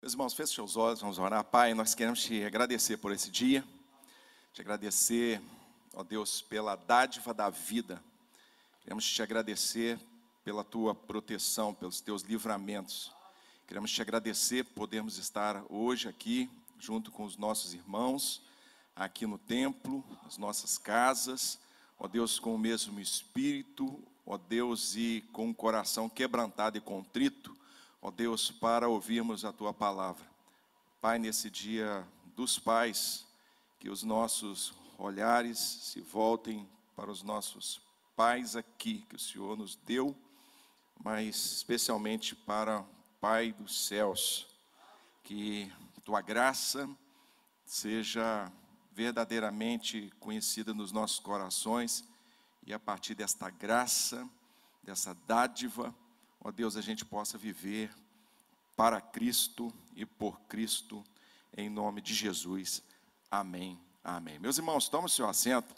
Meus irmãos, feche seus olhos, vamos orar. Pai, nós queremos te agradecer por esse dia, te agradecer, ó Deus, pela dádiva da vida. Queremos te agradecer pela tua proteção, pelos teus livramentos. Queremos te agradecer por podermos estar hoje aqui, junto com os nossos irmãos, aqui no templo, nas nossas casas, ó Deus, com o mesmo espírito, ó Deus, e com um coração quebrantado e contrito, ó Deus, para ouvirmos a Tua palavra. Pai, nesse dia dos pais, que os nossos olhares se voltem para os nossos pais aqui, que o Senhor nos deu, mas especialmente para o Pai dos céus. Que Tua graça seja verdadeiramente conhecida nos nossos corações, e a partir desta graça, dessa dádiva, ó Deus, a gente possa viver para Cristo e por Cristo, em nome de Jesus. Amém, amém. Meus irmãos, tomem o seu assento.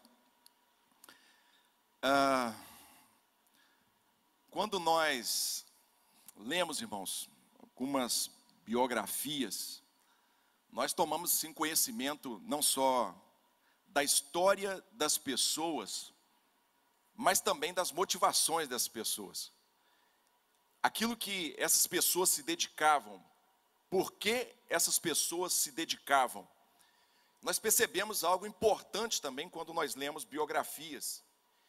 Quando nós lemos, irmãos, algumas biografias, nós tomamos sim conhecimento não só da história das pessoas, mas também das motivações das pessoas. Aquilo que essas pessoas se dedicavam, por que essas pessoas se dedicavam. Nós percebemos algo importante também quando nós lemos biografias.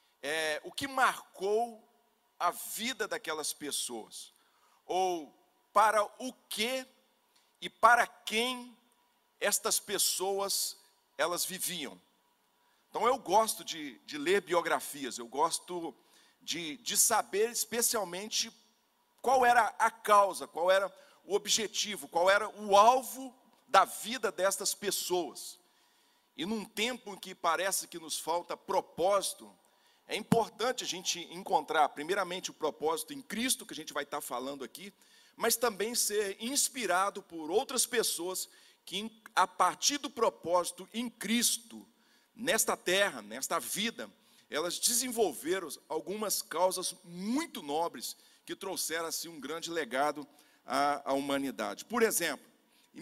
O que marcou a vida daquelas pessoas, ou para o que e para quem estas pessoas elas viviam. Então eu gosto de ler biografias, eu gosto de saber especialmente qual era a causa, qual era o objetivo, qual era o alvo da vida destas pessoas. E num tempo em que parece que nos falta propósito, é importante a gente encontrar, primeiramente, o propósito em Cristo, que a gente vai estar falando aqui, mas também ser inspirado por outras pessoas que, a partir do propósito em Cristo, nesta terra, nesta vida, elas desenvolveram algumas causas muito nobres, que trouxeram assim um grande legado à humanidade. Por exemplo, em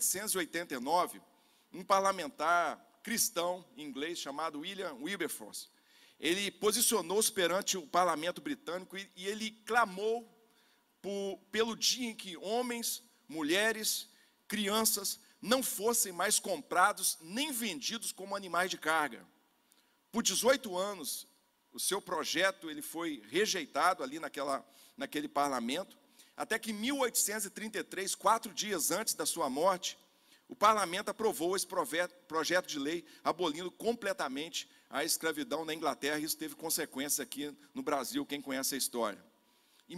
1789, um parlamentar cristão inglês chamado William Wilberforce, ele posicionou-se perante o parlamento britânico e ele clamou pelo dia em que homens, mulheres, crianças não fossem mais comprados nem vendidos como animais de carga. Por 18 anos, o seu projeto ele foi rejeitado ali naquele parlamento, até que em 1833, 4 dias antes da sua morte, o parlamento aprovou esse projeto de lei, abolindo completamente a escravidão na Inglaterra. Isso teve consequências aqui no Brasil, quem conhece a história. Em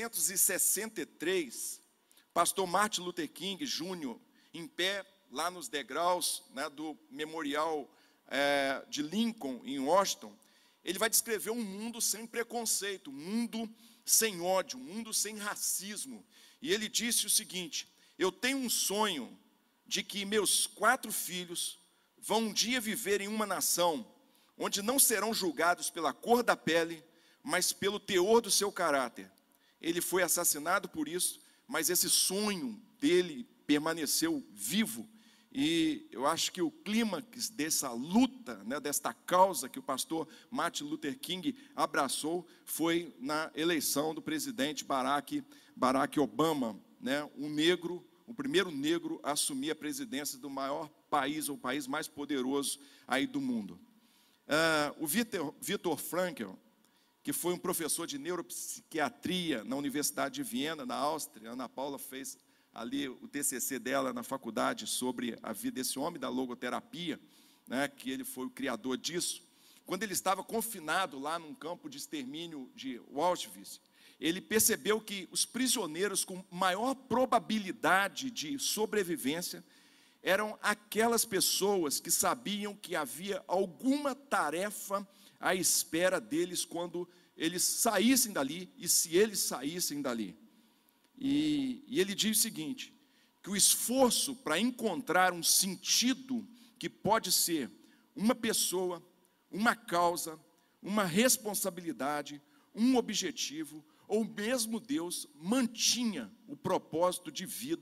1963, pastor Martin Luther King Jr., em pé, lá nos degraus, né, do Memorial de Lincoln, em Washington, ele vai descrever um mundo sem preconceito, um mundo sem ódio, um mundo sem racismo. E ele disse o seguinte: eu tenho um sonho de que meus 4 filhos vão um dia viver em uma nação onde não serão julgados pela cor da pele, mas pelo teor do seu caráter. Ele foi assassinado por isso, mas esse sonho dele permaneceu vivo. E eu acho que o clímax dessa luta, né, desta causa que o pastor Martin Luther King abraçou, foi na eleição do presidente Barack Obama, né, o primeiro negro a assumir a presidência do maior país, ou o país mais poderoso aí do mundo. O Viktor Frankl, que foi um professor de neuropsiquiatria na Universidade de Viena, na Áustria, a Ana Paula fez ali o TCC dela na faculdade sobre a vida desse homem da logoterapia, né, que ele foi o criador disso. Quando ele estava confinado lá num campo de extermínio de Auschwitz, ele percebeu que os prisioneiros com maior probabilidade de sobrevivência eram aquelas pessoas que sabiam que havia alguma tarefa à espera deles quando eles saíssem dali e se eles saíssem dali. E ele diz o seguinte, que o esforço para encontrar um sentido que pode ser uma pessoa, uma causa, uma responsabilidade, um objetivo, ou mesmo Deus mantinha o propósito de vida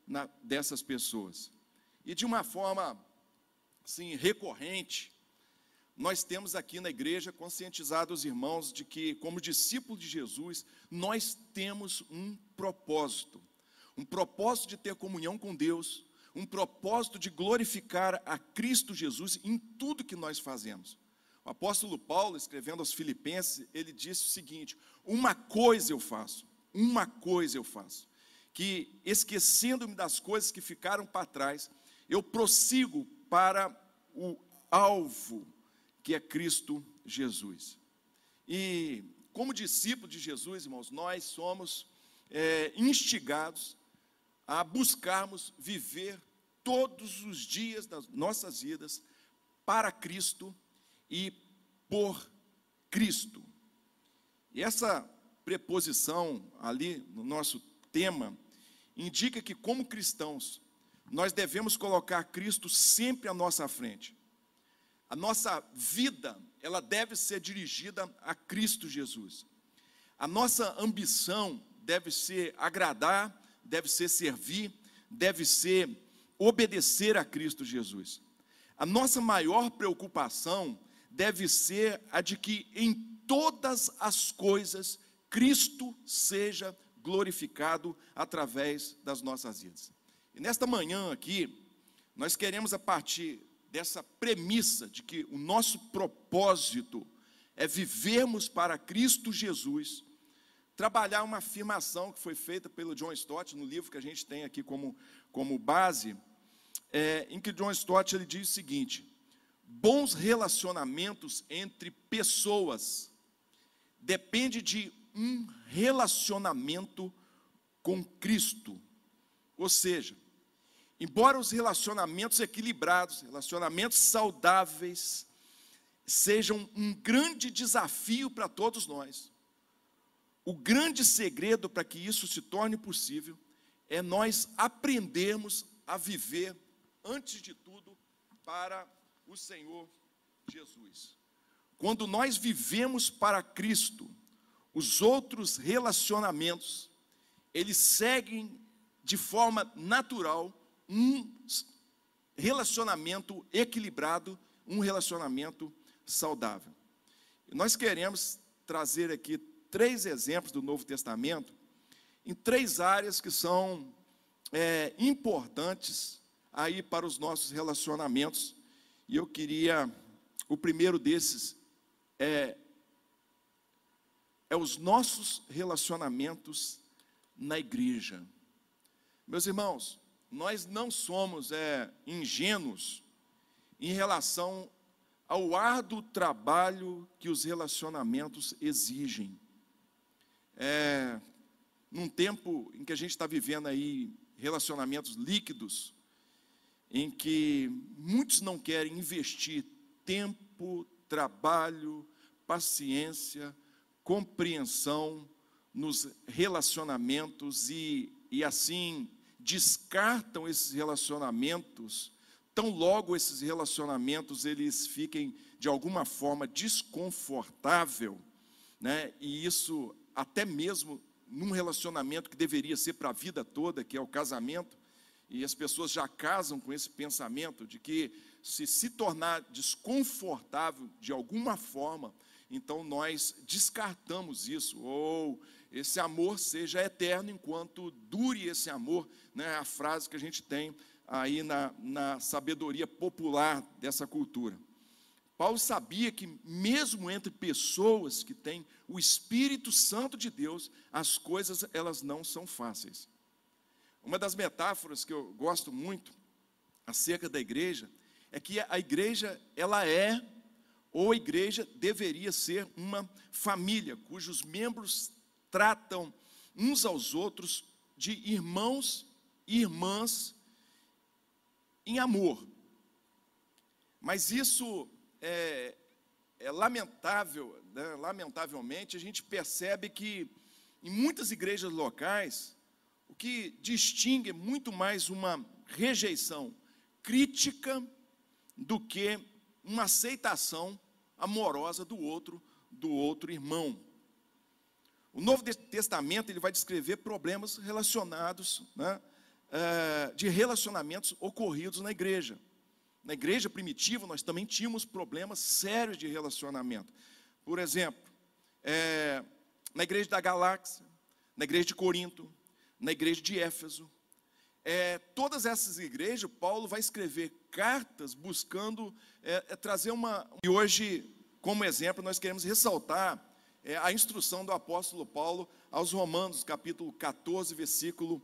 dessas pessoas. E de uma forma, assim, recorrente, nós temos aqui na igreja conscientizado os irmãos de que, como discípulos de Jesus, nós temos um propósito de ter comunhão com Deus, um propósito de glorificar a Cristo Jesus em tudo que nós fazemos. O apóstolo Paulo, escrevendo aos Filipenses, ele disse o seguinte: uma coisa eu faço, que esquecendo-me das coisas que ficaram para trás, eu prossigo para o alvo, que é Cristo Jesus. E como discípulo de Jesus, irmãos, nós somos instigados a buscarmos viver todos os dias das nossas vidas para Cristo e por Cristo. E essa preposição ali no nosso tema indica que, como cristãos, nós devemos colocar Cristo sempre à nossa frente. A nossa vida, ela deve ser dirigida a Cristo Jesus. A nossa ambição deve ser agradar, deve ser servir, deve ser obedecer a Cristo Jesus. A nossa maior preocupação deve ser a de que em todas as coisas Cristo seja glorificado através das nossas vidas. E nesta manhã aqui, nós queremos, a partir dessa premissa de que o nosso propósito é vivermos para Cristo Jesus, trabalhar uma afirmação que foi feita pelo John Stott, no livro que a gente tem aqui como base, em que John Stott ele diz o seguinte: bons relacionamentos entre pessoas depende de um relacionamento com Cristo. Ou seja, embora os relacionamentos equilibrados, relacionamentos saudáveis, sejam um grande desafio para todos nós, o grande segredo para que isso se torne possível é nós aprendermos a viver, antes de tudo, para o Senhor Jesus. Quando nós vivemos para Cristo, os outros relacionamentos, eles seguem de forma natural um relacionamento equilibrado, um relacionamento saudável. E nós queremos trazer aqui 3 exemplos do Novo Testamento, em 3 áreas que são importantes aí para os nossos relacionamentos. E eu queria, o primeiro desses é os nossos relacionamentos na igreja. Meus irmãos, nós não somos ingênuos em relação ao árduo trabalho que os relacionamentos exigem. Num tempo em que a gente está vivendo aí relacionamentos líquidos, em que muitos não querem investir tempo, trabalho, paciência, compreensão nos relacionamentos e assim descartam esses relacionamentos, tão logo esses relacionamentos eles fiquem de alguma forma desconfortável, né? E isso até mesmo num relacionamento que deveria ser para a vida toda, que é o casamento, e as pessoas já casam com esse pensamento de que se tornar desconfortável de alguma forma, então nós descartamos isso, ou esse amor seja eterno enquanto dure esse amor, né? A frase que a gente tem aí na sabedoria popular dessa cultura. Paulo sabia que mesmo entre pessoas que têm o Espírito Santo de Deus, as coisas elas não são fáceis. Uma das metáforas que eu gosto muito acerca da igreja é que a igreja ela ou a igreja deveria ser uma família cujos membros tratam uns aos outros de irmãos e irmãs em amor. Mas isso é lamentável, né? Lamentavelmente, a gente percebe que em muitas igrejas locais, o que distingue é muito mais uma rejeição crítica do que uma aceitação amorosa do outro irmão. O Novo Testamento ele vai descrever problemas relacionados, né, de relacionamentos ocorridos na igreja. Na igreja primitiva, nós também tínhamos problemas sérios de relacionamento. Por exemplo, na igreja da Galáxia, na igreja de Corinto, na igreja de Éfeso, todas essas igrejas, Paulo vai escrever cartas buscando trazer uma... E hoje, como exemplo, nós queremos ressaltar a instrução do apóstolo Paulo aos Romanos, capítulo 14, versículo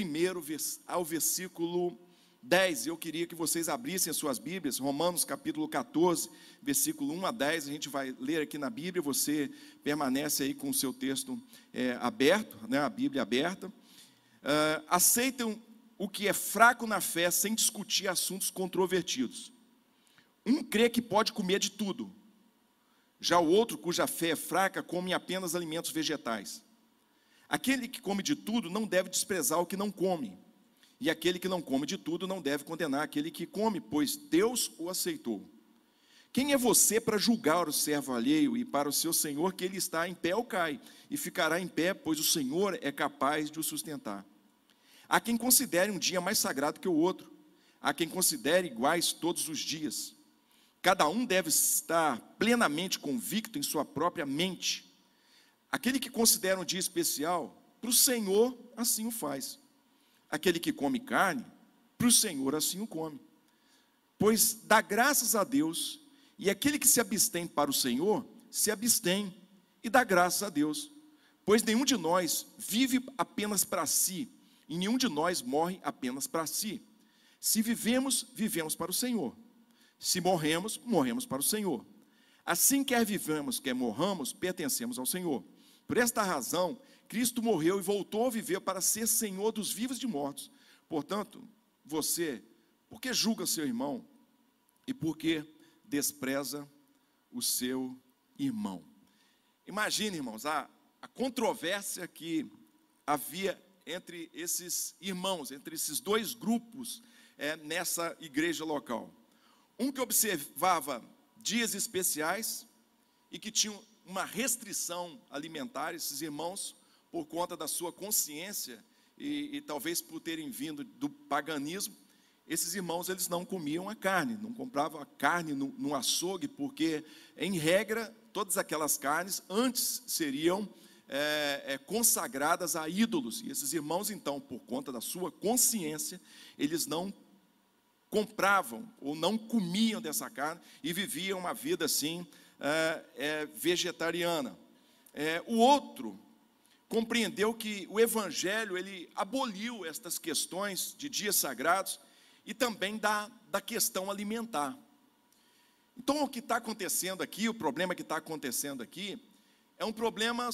1 ao versículo 10. Eu queria que vocês abrissem as suas Bíblias, Romanos capítulo 14, versículo 1 a 10, a gente vai ler aqui na Bíblia, você permanece aí com o seu texto aberto, né, a Bíblia aberta. Aceitam o que é fraco na fé sem discutir assuntos controvertidos. Um crê que pode comer de tudo, já o outro, cuja fé é fraca, come apenas alimentos vegetais. Aquele que come de tudo não deve desprezar o que não come, e aquele que não come de tudo não deve condenar aquele que come, pois Deus o aceitou. Quem é você para julgar o servo alheio e para o seu senhor que ele está em pé ou cai, e ficará em pé, pois o Senhor é capaz de o sustentar? Há quem considere um dia mais sagrado que o outro, há quem considere iguais todos os dias. Cada um deve estar plenamente convicto em sua própria mente. Aquele que considera um dia especial, para o Senhor assim o faz. Aquele que come carne, para o Senhor assim o come. Pois dá graças a Deus, e aquele que se abstém para o Senhor, se abstém e dá graças a Deus. Pois nenhum de nós vive apenas para si, e nenhum de nós morre apenas para si. Se vivemos, vivemos para o Senhor. Se morremos, morremos para o Senhor. Assim, quer vivamos, quer morramos, pertencemos ao Senhor. Por esta razão, Cristo morreu e voltou a viver para ser Senhor dos vivos e de mortos. Portanto, você, por que julga seu irmão e por que despreza o seu irmão? Imagine, irmãos, a controvérsia que havia entre esses irmãos, entre esses dois grupos nessa igreja local. Um que observava dias especiais e que tinha uma restrição alimentar, esses irmãos, por conta da sua consciência e talvez por terem vindo do paganismo, esses irmãos eles não comiam a carne, não compravam a carne no açougue, porque em regra todas aquelas carnes antes seriam consagradas a ídolos, e esses irmãos então, por conta da sua consciência, eles não compravam ou não comiam dessa carne e viviam uma vida assim vegetariana. O outro compreendeu que o Evangelho ele aboliu estas questões de dias sagrados e também da questão alimentar. Então o que está acontecendo aqui, o problema que está acontecendo aqui, é um problema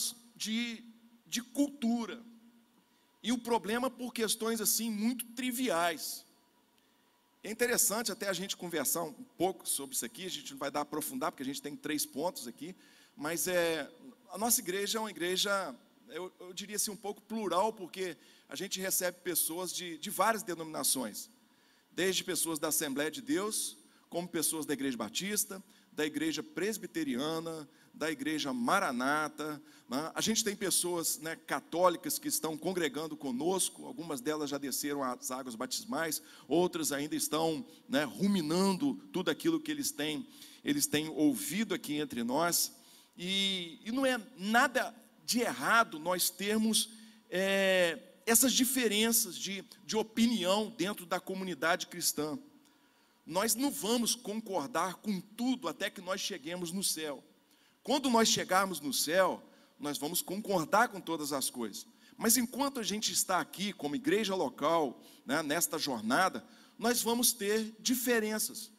de cultura, e um problema por questões assim muito triviais. É interessante até a gente conversar um pouco sobre isso aqui, a gente não vai dar aprofundar, porque a gente tem 3 pontos aqui, mas a nossa igreja é uma igreja, eu diria assim, um pouco plural, porque a gente recebe pessoas de várias denominações, desde pessoas da Assembleia de Deus, como pessoas da Igreja Batista, da Igreja Presbiteriana, da Igreja Maranata, né? A gente tem pessoas, né, católicas que estão congregando conosco, algumas delas já desceram as águas batismais, outras ainda estão, né, ruminando tudo aquilo que eles têm ouvido aqui entre nós, e não é nada de errado nós termos essas diferenças de opinião dentro da comunidade cristã. Nós não vamos concordar com tudo até que nós cheguemos no céu. Quando nós chegarmos no céu, nós vamos concordar com todas as coisas. Mas enquanto a gente está aqui como igreja local, né, nesta jornada, nós vamos ter diferenças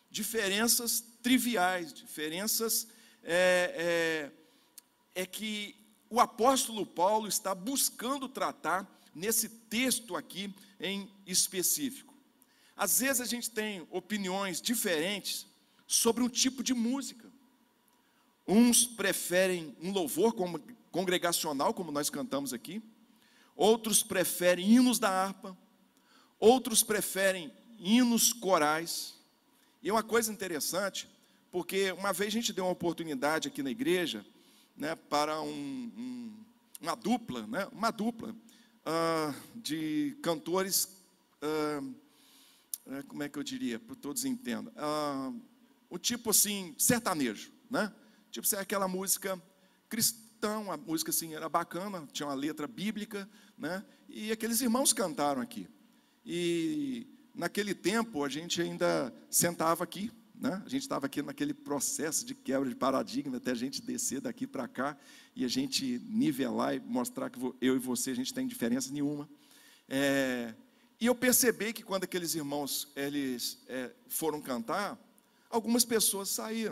triviais, diferenças que o apóstolo Paulo está buscando tratar nesse texto aqui em específico. Às vezes a gente tem opiniões diferentes sobre um tipo de música. Uns preferem um louvor congregacional, como nós cantamos aqui. Outros preferem hinos da harpa. Outros preferem hinos corais. E é uma coisa interessante, porque uma vez a gente deu uma oportunidade aqui na igreja, né, para uma dupla de cantores como é que eu diria, para que todos entendam, o tipo assim, sertanejo, né? Tipo, aquela música cristã, a música assim era bacana, tinha uma letra bíblica, né? E aqueles irmãos cantaram aqui. E naquele tempo a gente ainda sentava aqui, né? A gente estava aqui naquele processo de quebra de paradigma, até a gente descer daqui para cá e a gente nivelar e mostrar que eu e você, a gente tem diferença nenhuma. E eu percebi que quando aqueles irmãos eles foram cantar, algumas pessoas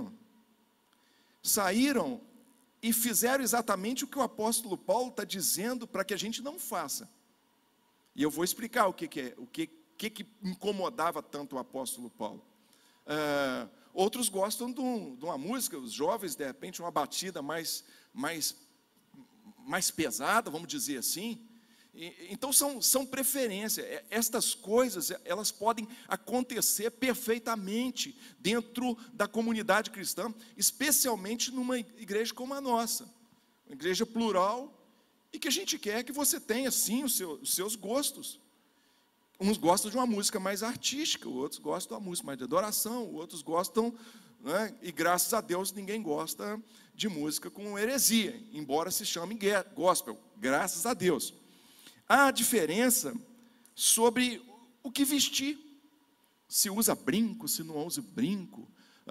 saíram e fizeram exatamente o que o apóstolo Paulo está dizendo para que a gente não faça. E eu vou explicar o que incomodava tanto o apóstolo Paulo. Outros gostam de uma música, os jovens, de repente, uma batida mais pesada, vamos dizer assim. Então são preferências. Estas coisas elas podem acontecer perfeitamente dentro da comunidade cristã, especialmente numa igreja como a nossa, uma igreja plural, e que a gente quer que você tenha sim os seus gostos. Uns gostam de uma música mais artística, outros gostam de uma música mais de adoração, outros gostam, né, e graças a Deus ninguém gosta de música com heresia, embora se chame gospel, graças a Deus. Há diferença sobre o que vestir, se usa brinco, se não usa brinco,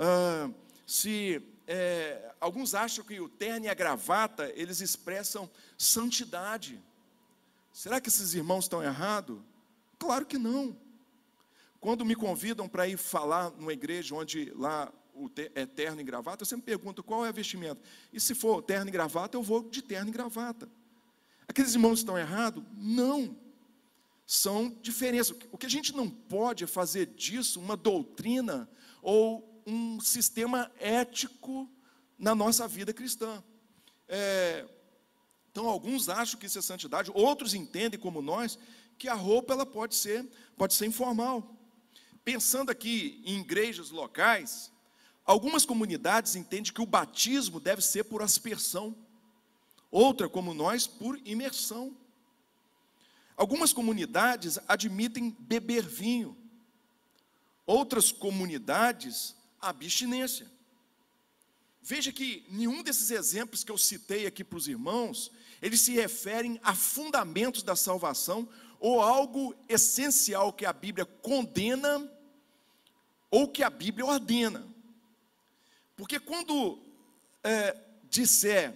alguns acham que o terno e a gravata, eles expressam santidade. Será que esses irmãos estão errados? Claro que não. Quando me convidam para ir falar numa igreja onde lá é terno e gravata, eu sempre pergunto qual é a vestimenta. E se for terno e gravata, eu vou de terno e gravata. Aqueles irmãos estão errados? Não. São diferenças. O que a gente não pode é fazer disso uma doutrina ou um sistema ético na nossa vida cristã. Então, alguns acham que isso é santidade, outros entendem, como nós, que a roupa ela pode ser informal. Pensando aqui em igrejas locais, algumas comunidades entendem que o batismo deve ser por aspersão, outra, como nós, por imersão. Algumas comunidades admitem beber vinho, outras comunidades, abstinência. Veja que nenhum desses exemplos que eu citei aqui para os irmãos, eles se referem a fundamentos da salvação, ou algo essencial que a Bíblia condena, ou que a Bíblia ordena. Porque quando disser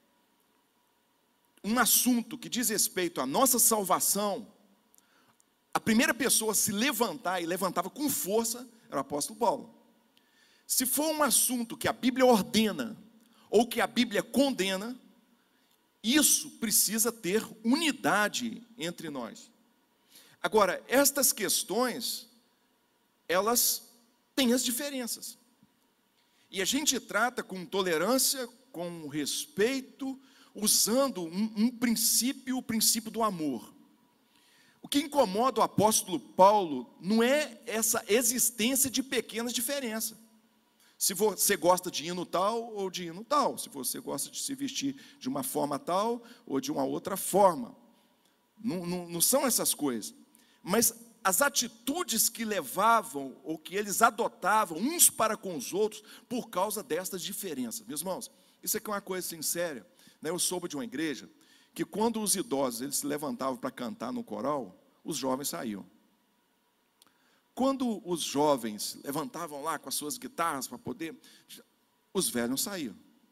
um assunto que diz respeito à nossa salvação, a primeira pessoa a se levantar, e levantava com força, era o apóstolo Paulo. Se for um assunto que a Bíblia ordena, ou que a Bíblia condena, isso precisa ter unidade entre nós. Agora, estas questões, elas têm as diferenças. E a gente trata com tolerância, com respeito, usando um princípio, o princípio do amor. O que incomoda o apóstolo Paulo não é essa existência de pequenas diferenças. Se você gosta de hino tal ou de hino tal, se você gosta de se vestir de uma forma tal ou de uma outra forma. Não são essas coisas. Mas as atitudes que levavam ou que eles adotavam uns para com os outros por causa destas diferenças. Meus irmãos, isso aqui é uma coisa sincera. Eu soube de uma igreja que quando os idosos eles se levantavam para cantar no coral, os jovens saíam. Quando os jovens levantavam lá com as suas guitarras para poder, os velhos saíam.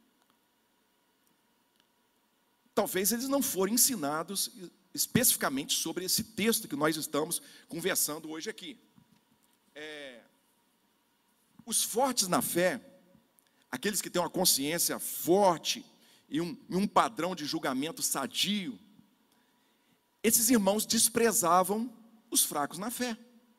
Talvez eles não foram ensinados especificamente sobre esse texto que nós estamos conversando hoje aqui. Os fortes na fé, aqueles que têm uma consciência forte e um padrão de julgamento sadio, esses irmãos desprezavam os fracos na fé.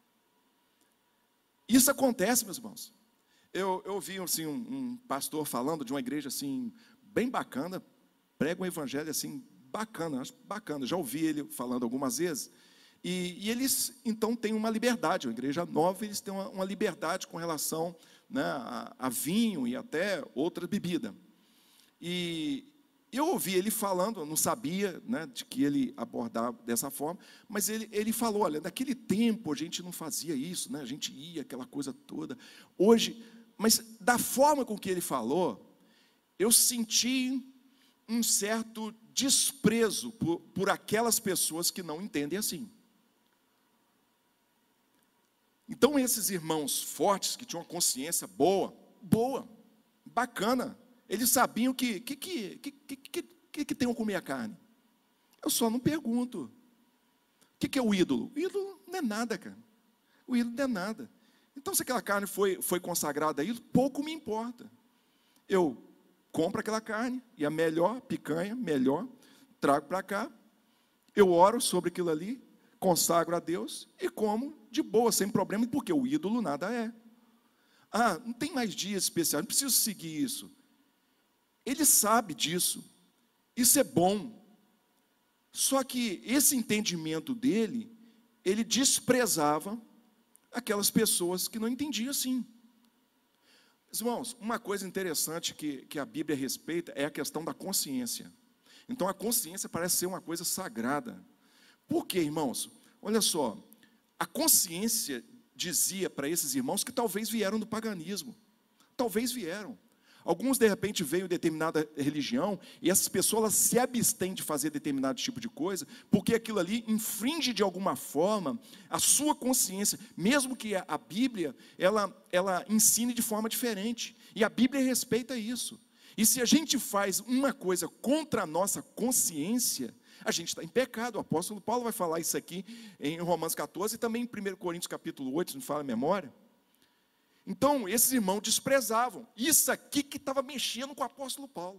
Isso acontece, meus irmãos. Eu ouvi assim, um pastor falando de uma igreja assim, bem bacana, prega um evangelho assim, bacana, acho bacana, já ouvi ele falando algumas vezes, e eles então têm uma liberdade, uma igreja nova, eles têm uma liberdade com relação, né, a vinho e até outra bebida. E eu ouvi ele falando, eu não sabia, né, de que ele abordava dessa forma, mas ele falou, olha, naquele tempo a gente não fazia isso, né, a gente ia, aquela coisa toda. Hoje, mas da forma com que ele falou, eu senti um certo desprezo por aquelas pessoas que não entendem assim. Então, esses irmãos fortes, que tinham uma consciência boa, bacana, eles sabiam que tem ao comer a carne. Eu só não pergunto. O que é o ídolo? O ídolo não é nada, cara. O ídolo não é nada. Então, se aquela carne foi consagrada a ídolo, pouco me importa. Eu compro aquela carne, e a melhor, picanha, melhor, trago para cá, eu oro sobre aquilo ali, consagro a Deus, e como de boa, sem problema, porque o ídolo nada é. Ah, não tem mais dias especiais, não preciso seguir isso. Ele sabe disso, isso é bom. Só que esse entendimento dele, ele desprezava aquelas pessoas que não entendiam assim. Irmãos, uma coisa interessante que a Bíblia respeita é a questão da consciência. Então a consciência parece ser uma coisa sagrada. Por quê, irmãos? Olha só, a consciência dizia para esses irmãos que talvez vieram do paganismo. Talvez vieram. Alguns, de repente, veio de determinada religião, e essas pessoas elas se abstêm de fazer determinado tipo de coisa, porque aquilo ali infringe de alguma forma a sua consciência, mesmo que a Bíblia, ela ensine de forma diferente, e a Bíblia respeita isso. E se a gente faz uma coisa contra a nossa consciência, a gente está em pecado. O apóstolo Paulo vai falar isso aqui em Romanos 14, e também em 1 Coríntios capítulo 8, se não fala a memória. Então, esses irmãos desprezavam. Isso aqui que estava mexendo com o apóstolo Paulo.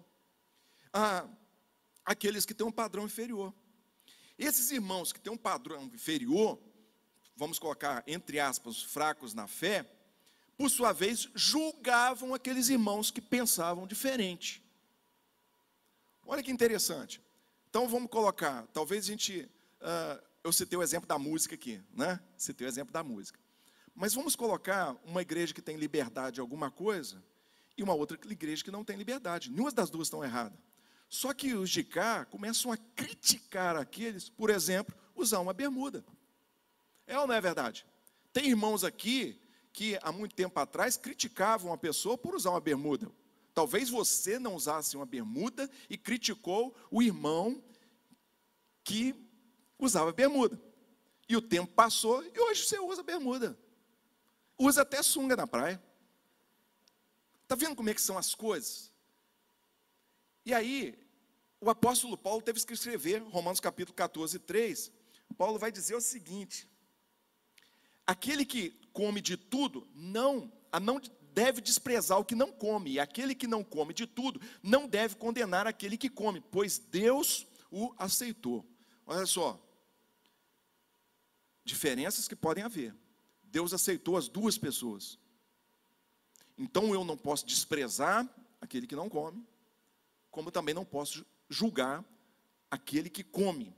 Aqueles que têm um padrão inferior. Esses irmãos que têm um padrão inferior, vamos colocar, entre aspas, fracos na fé, por sua vez, julgavam aqueles irmãos que pensavam diferente. Olha que interessante. Então, vamos colocar, talvez a gente... eu citei o exemplo da música aqui, né? Citei o exemplo da música. Mas vamos colocar uma igreja que tem liberdade de alguma coisa e uma outra igreja que não tem liberdade. Nenhuma das duas estão erradas. Só que os de cá começam a criticar aqueles, por exemplo, usar uma bermuda. É ou não é verdade? Tem irmãos aqui que há muito tempo atrás criticavam uma pessoa por usar uma bermuda. Talvez você não usasse uma bermuda e criticou o irmão que usava bermuda. E o tempo passou e hoje você usa bermuda. Usa até sunga na praia. Está vendo como é que são as coisas? E aí, o apóstolo Paulo teve que escrever, Romanos capítulo 14, 3, Paulo vai dizer o seguinte: aquele que come de tudo, não deve desprezar o que não come, e aquele que não come de tudo, não deve condenar aquele que come, pois Deus o aceitou. Olha só, diferenças que podem haver. Deus aceitou as duas pessoas. Então eu não posso desprezar aquele que não come, como também não posso julgar aquele que come.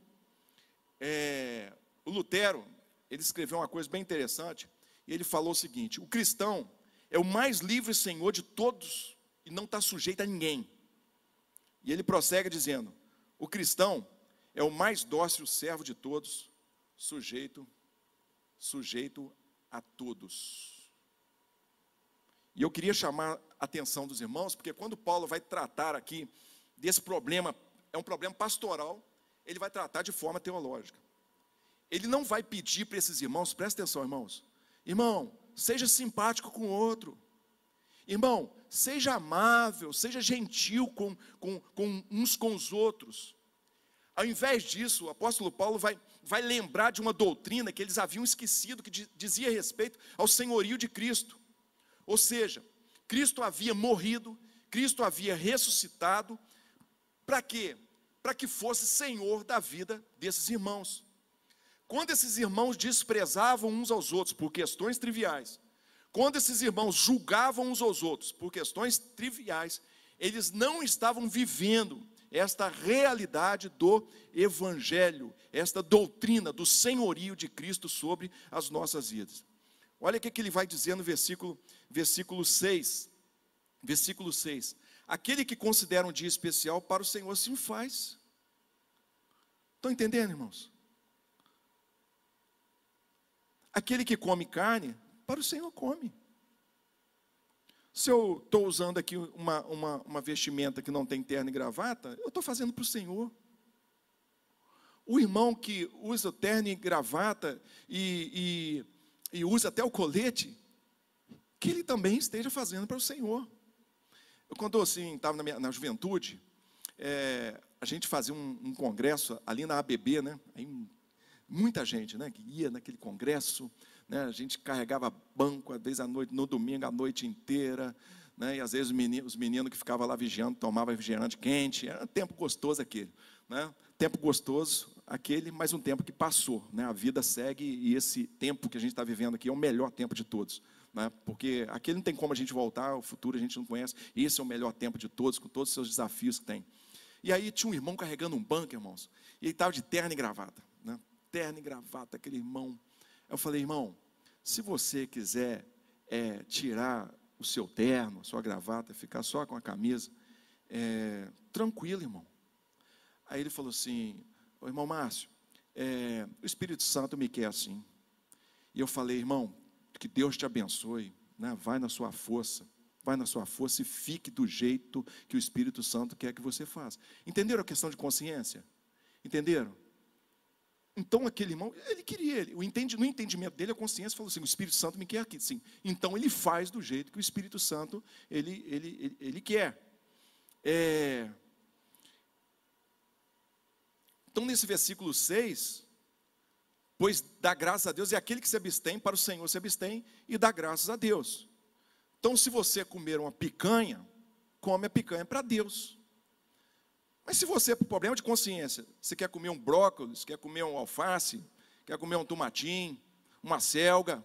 O Lutero, ele escreveu uma coisa bem interessante, e ele falou o seguinte: o cristão é o mais livre senhor de todos e não está sujeito a ninguém. E ele prossegue dizendo: o cristão é o mais dócil servo de todos, sujeito a todos. E eu queria chamar a atenção dos irmãos, porque quando Paulo vai tratar aqui desse problema, é um problema pastoral, ele vai tratar de forma teológica. Ele não vai pedir para esses irmãos, presta atenção, irmãos, irmão, seja simpático com o outro, irmão, seja amável, seja gentil com uns com os outros. Ao invés disso, o apóstolo Paulo vai lembrar de uma doutrina que eles haviam esquecido, que dizia respeito ao senhorio de Cristo. Ou seja, Cristo havia morrido, Cristo havia ressuscitado, para quê? Para que fosse senhor da vida desses irmãos. Quando esses irmãos desprezavam uns aos outros por questões triviais, quando esses irmãos julgavam uns aos outros por questões triviais, eles não estavam vivendo esta realidade do Evangelho, esta doutrina do senhorio de Cristo sobre as nossas vidas. Olha o que ele vai dizer no versículo 6. Versículo 6. Aquele que considera um dia especial para o Senhor, assim faz. Estão entendendo, irmãos? Aquele que come carne, para o Senhor come. Se eu estou usando aqui uma vestimenta que não tem terno e gravata, eu estou fazendo para o Senhor. O irmão que usa terno e gravata e usa até o colete, que ele também esteja fazendo para o Senhor. Eu, quando assim, estava na juventude, a gente fazia um congresso ali na ABB, né? Aí, muita gente, né, que ia naquele congresso, né? A gente carregava banco, às vezes à noite, no domingo a noite inteira, né? E às vezes os meninos que ficavam lá vigiando, tomavam refrigerante quente. Era um tempo gostoso aquele, né? Tempo gostoso aquele, mas um tempo que passou, né? A vida segue e esse tempo que a gente está vivendo aqui é o melhor tempo de todos, né? Porque aquele não tem como a gente voltar, o futuro a gente não conhece. Esse é o melhor tempo de todos, com todos os seus desafios que tem. E aí tinha um irmão carregando um banco, irmãos, e ele estava de terno e gravata, né? Terno e gravata, aquele irmão. Eu falei, irmão, se você quiser tirar o seu terno, a sua gravata, ficar só com a camisa, tranquilo, irmão. Aí ele falou assim, irmão Márcio, o Espírito Santo me quer assim. E eu falei, irmão, que Deus te abençoe, né? Vai na sua força e fique do jeito que o Espírito Santo quer que você faça. Entenderam a questão de consciência? Entenderam? Então aquele irmão, ele queria, no entendimento dele, a consciência falou assim, o Espírito Santo me quer aqui, sim. Então ele faz do jeito que o Espírito Santo, ele quer. Então nesse versículo 6, pois dá graças a Deus, e aquele que se abstém, para o Senhor se abstém, e dá graças a Deus. Então se você comer uma picanha, come a picanha para Deus. Mas se você, por problema de consciência, você quer comer um brócolis, quer comer um alface, quer comer um tomatinho, uma selga,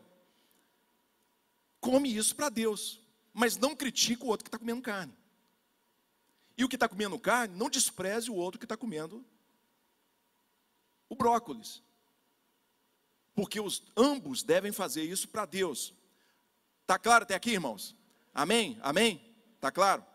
come isso para Deus, mas não critique o outro que está comendo carne. E o que está comendo carne, não despreze o outro que está comendo o brócolis. Porque ambos devem fazer isso para Deus. Está claro até aqui, irmãos? Amém? Amém? Está claro?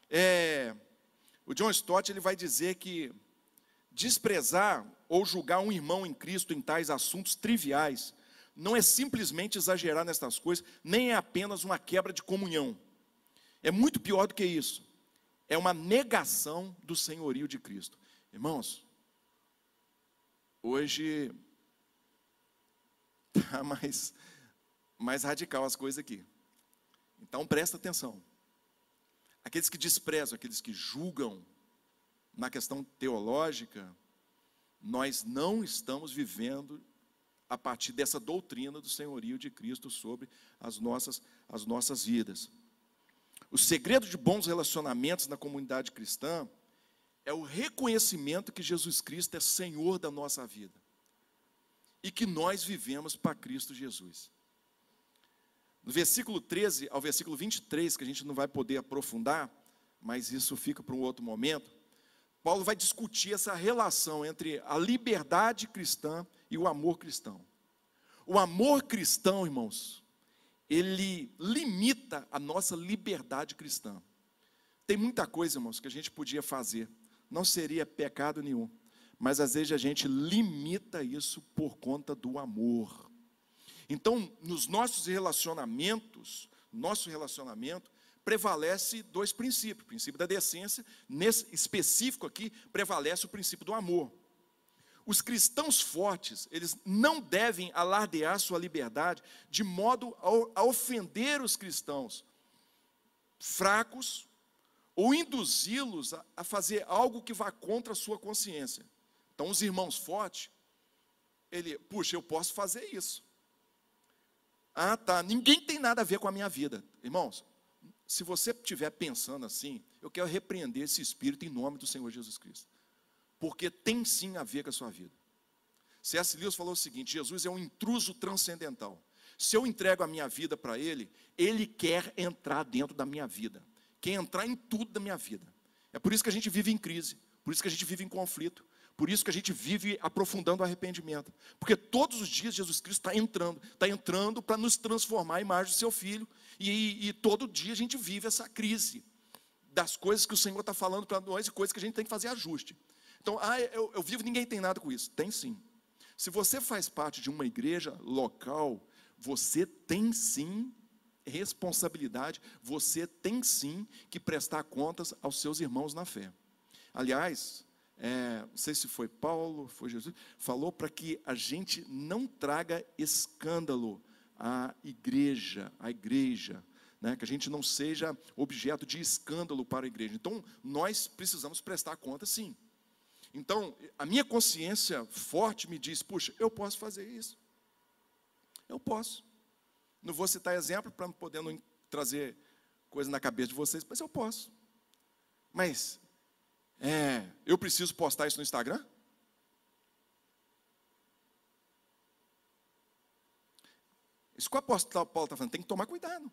O John Stott, ele vai dizer que desprezar ou julgar um irmão em Cristo em tais assuntos triviais não é simplesmente exagerar nestas coisas, nem é apenas uma quebra de comunhão. É muito pior do que isso. É uma negação do senhorio de Cristo. Irmãos, hoje está mais radical as coisas aqui. Então presta atenção. Aqueles que desprezam, aqueles que julgam na questão teológica, nós não estamos vivendo a partir dessa doutrina do senhorio de Cristo sobre as nossas vidas. O segredo de bons relacionamentos na comunidade cristã é o reconhecimento que Jesus Cristo é Senhor da nossa vida e que nós vivemos para Cristo Jesus. No versículo 13 ao versículo 23, que a gente não vai poder aprofundar, mas isso fica para um outro momento, Paulo vai discutir essa relação entre a liberdade cristã e o amor cristão. O amor cristão, irmãos, ele limita a nossa liberdade cristã. Tem muita coisa, irmãos, que a gente podia fazer, não seria pecado nenhum, mas às vezes a gente limita isso por conta do amor. Então, nos nossos relacionamentos, nosso relacionamento prevalece dois princípios. O princípio da decência, nesse específico aqui, prevalece o princípio do amor. Os cristãos fortes, eles não devem alardear sua liberdade de modo a ofender os cristãos fracos ou induzi-los a fazer algo que vá contra a sua consciência. Então, os irmãos fortes, puxa, eu posso fazer isso. Ah, tá, ninguém tem nada a ver com a minha vida. Irmãos, se você estiver pensando assim, eu quero repreender esse espírito em nome do Senhor Jesus Cristo. Porque tem sim a ver com a sua vida. C.S. Lewis falou o seguinte, Jesus é um intruso transcendental. Se eu entrego a minha vida para Ele, Ele quer entrar dentro da minha vida. Quer entrar em tudo da minha vida. É por isso que a gente vive em crise, por isso que a gente vive em conflito, por isso que a gente vive aprofundando o arrependimento. Porque todos os dias Jesus Cristo está entrando para nos transformar à imagem do seu Filho. E todo dia a gente vive essa crise das coisas que o Senhor está falando para nós e coisas que a gente tem que fazer ajuste. Então, eu vivo, ninguém tem nada com isso. Tem sim. Se você faz parte de uma igreja local, você tem sim responsabilidade, você tem sim que prestar contas aos seus irmãos na fé. Aliás, não sei se foi Paulo, foi Jesus, falou para que a gente não traga escândalo à igreja, né? Que a gente não seja objeto de escândalo para a igreja. Então, nós precisamos prestar conta sim. Então, a minha consciência forte me diz, puxa, eu posso fazer isso. Eu posso. Não vou citar exemplo para não poder não trazer coisa na cabeça de vocês, mas eu posso. Mas, eu preciso postar isso no Instagram? Isso que o apóstolo Paulo está falando, tem que tomar cuidado.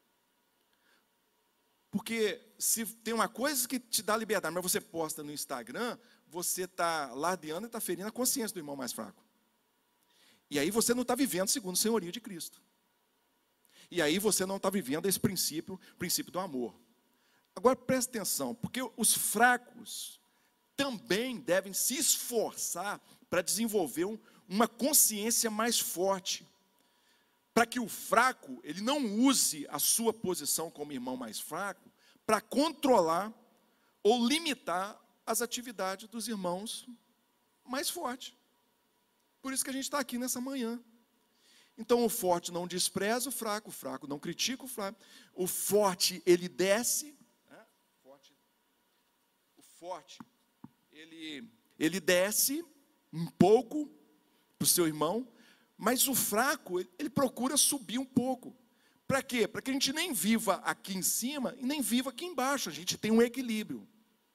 Porque se tem uma coisa que te dá liberdade, mas você posta no Instagram, você está ladeando e está ferindo a consciência do irmão mais fraco. E aí você não está vivendo segundo o senhorio de Cristo. E aí você não está vivendo esse princípio do amor. Agora preste atenção, porque os fracos também devem se esforçar para desenvolver uma consciência mais forte. Para que o fraco, ele não use a sua posição como irmão mais fraco para controlar ou limitar as atividades dos irmãos mais fortes. Por isso que a gente está aqui nessa manhã. Então o forte não despreza o fraco não critica o fraco. O forte, ele desce, né? O forte, ele desce um pouco para o seu irmão, mas o fraco, ele procura subir um pouco. Para quê? Para que a gente nem viva aqui em cima e nem viva aqui embaixo. A gente tem um equilíbrio.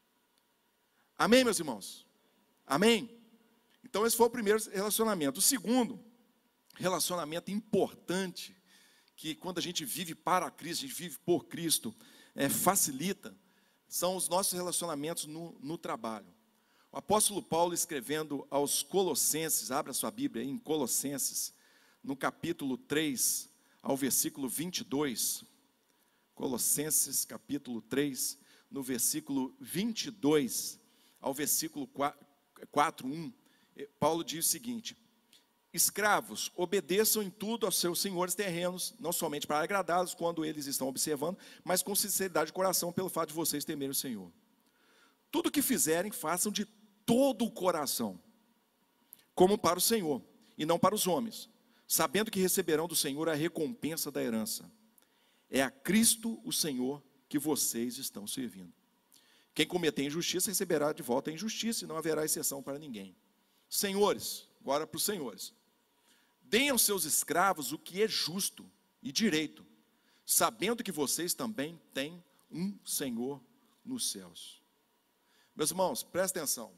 Amém, meus irmãos? Amém? Então esse foi o primeiro relacionamento. O segundo relacionamento importante, que quando a gente vive para Cristo, a gente vive por Cristo, facilita, são os nossos relacionamentos no trabalho. O apóstolo Paulo, escrevendo aos Colossenses, abra sua Bíblia aí, em Colossenses, no capítulo 3, ao versículo 22, Colossenses capítulo 3, no versículo 22, ao versículo 4:1, Paulo diz o seguinte: escravos, obedeçam em tudo aos seus senhores terrenos, não somente para agradá-los quando eles estão observando, mas com sinceridade de coração, pelo fato de vocês temerem o Senhor. Tudo o que fizerem, façam de todo o coração, como para o Senhor, e não para os homens, sabendo que receberão do Senhor a recompensa da herança. É a Cristo, o Senhor, que vocês estão servindo. Quem cometer injustiça, receberá de volta a injustiça, e não haverá exceção para ninguém. Senhores, agora para os senhores, deem aos seus escravos o que é justo e direito, sabendo que vocês também têm um Senhor nos céus. Meus irmãos, prestem atenção.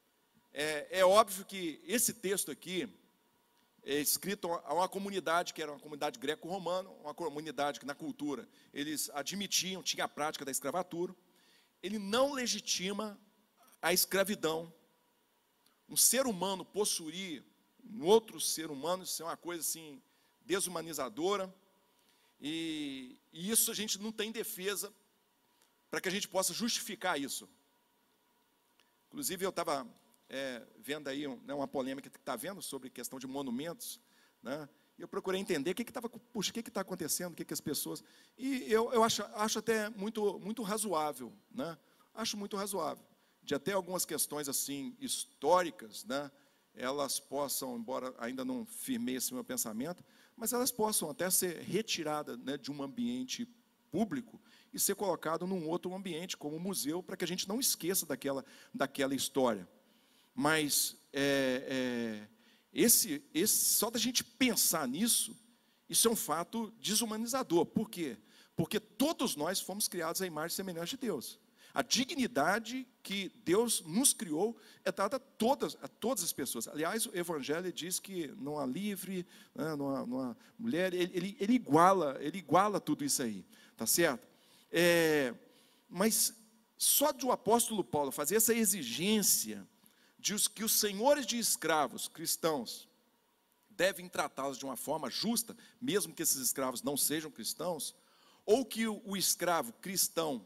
É óbvio que esse texto aqui é escrito a uma comunidade que era uma comunidade greco-romana, uma comunidade que na cultura eles admitiam, tinha a prática da escravatura. Ele não legitima a escravidão. Um ser humano possuir um outro ser humano, isso é uma coisa assim desumanizadora, e isso a gente não tem defesa para que a gente possa justificar isso. Inclusive eu estava vendo aí uma polêmica que está havendo sobre questão de monumentos, né? E eu procurei entender o que está acontecendo, o que as pessoas... E eu acho até muito razoável, né? Acho muito razoável, de até algumas questões assim históricas, né? Elas possam, embora ainda não firmei esse meu pensamento, mas elas possam até ser retiradas, né, de um ambiente público e ser colocado num outro ambiente, como um museu, para que a gente não esqueça daquela história. Mas só da gente pensar nisso, isso é um fato desumanizador. Por quê? Porque todos nós fomos criados à imagem e semelhança de Deus. A dignidade que Deus nos criou é dada a todas as pessoas. Aliás, o Evangelho diz que não há livre, né, não há mulher, ele iguala tudo isso aí, tá certo? Mas só do apóstolo Paulo fazer essa exigência de que os senhores de escravos cristãos devem tratá-los de uma forma justa, mesmo que esses escravos não sejam cristãos, ou que o escravo cristão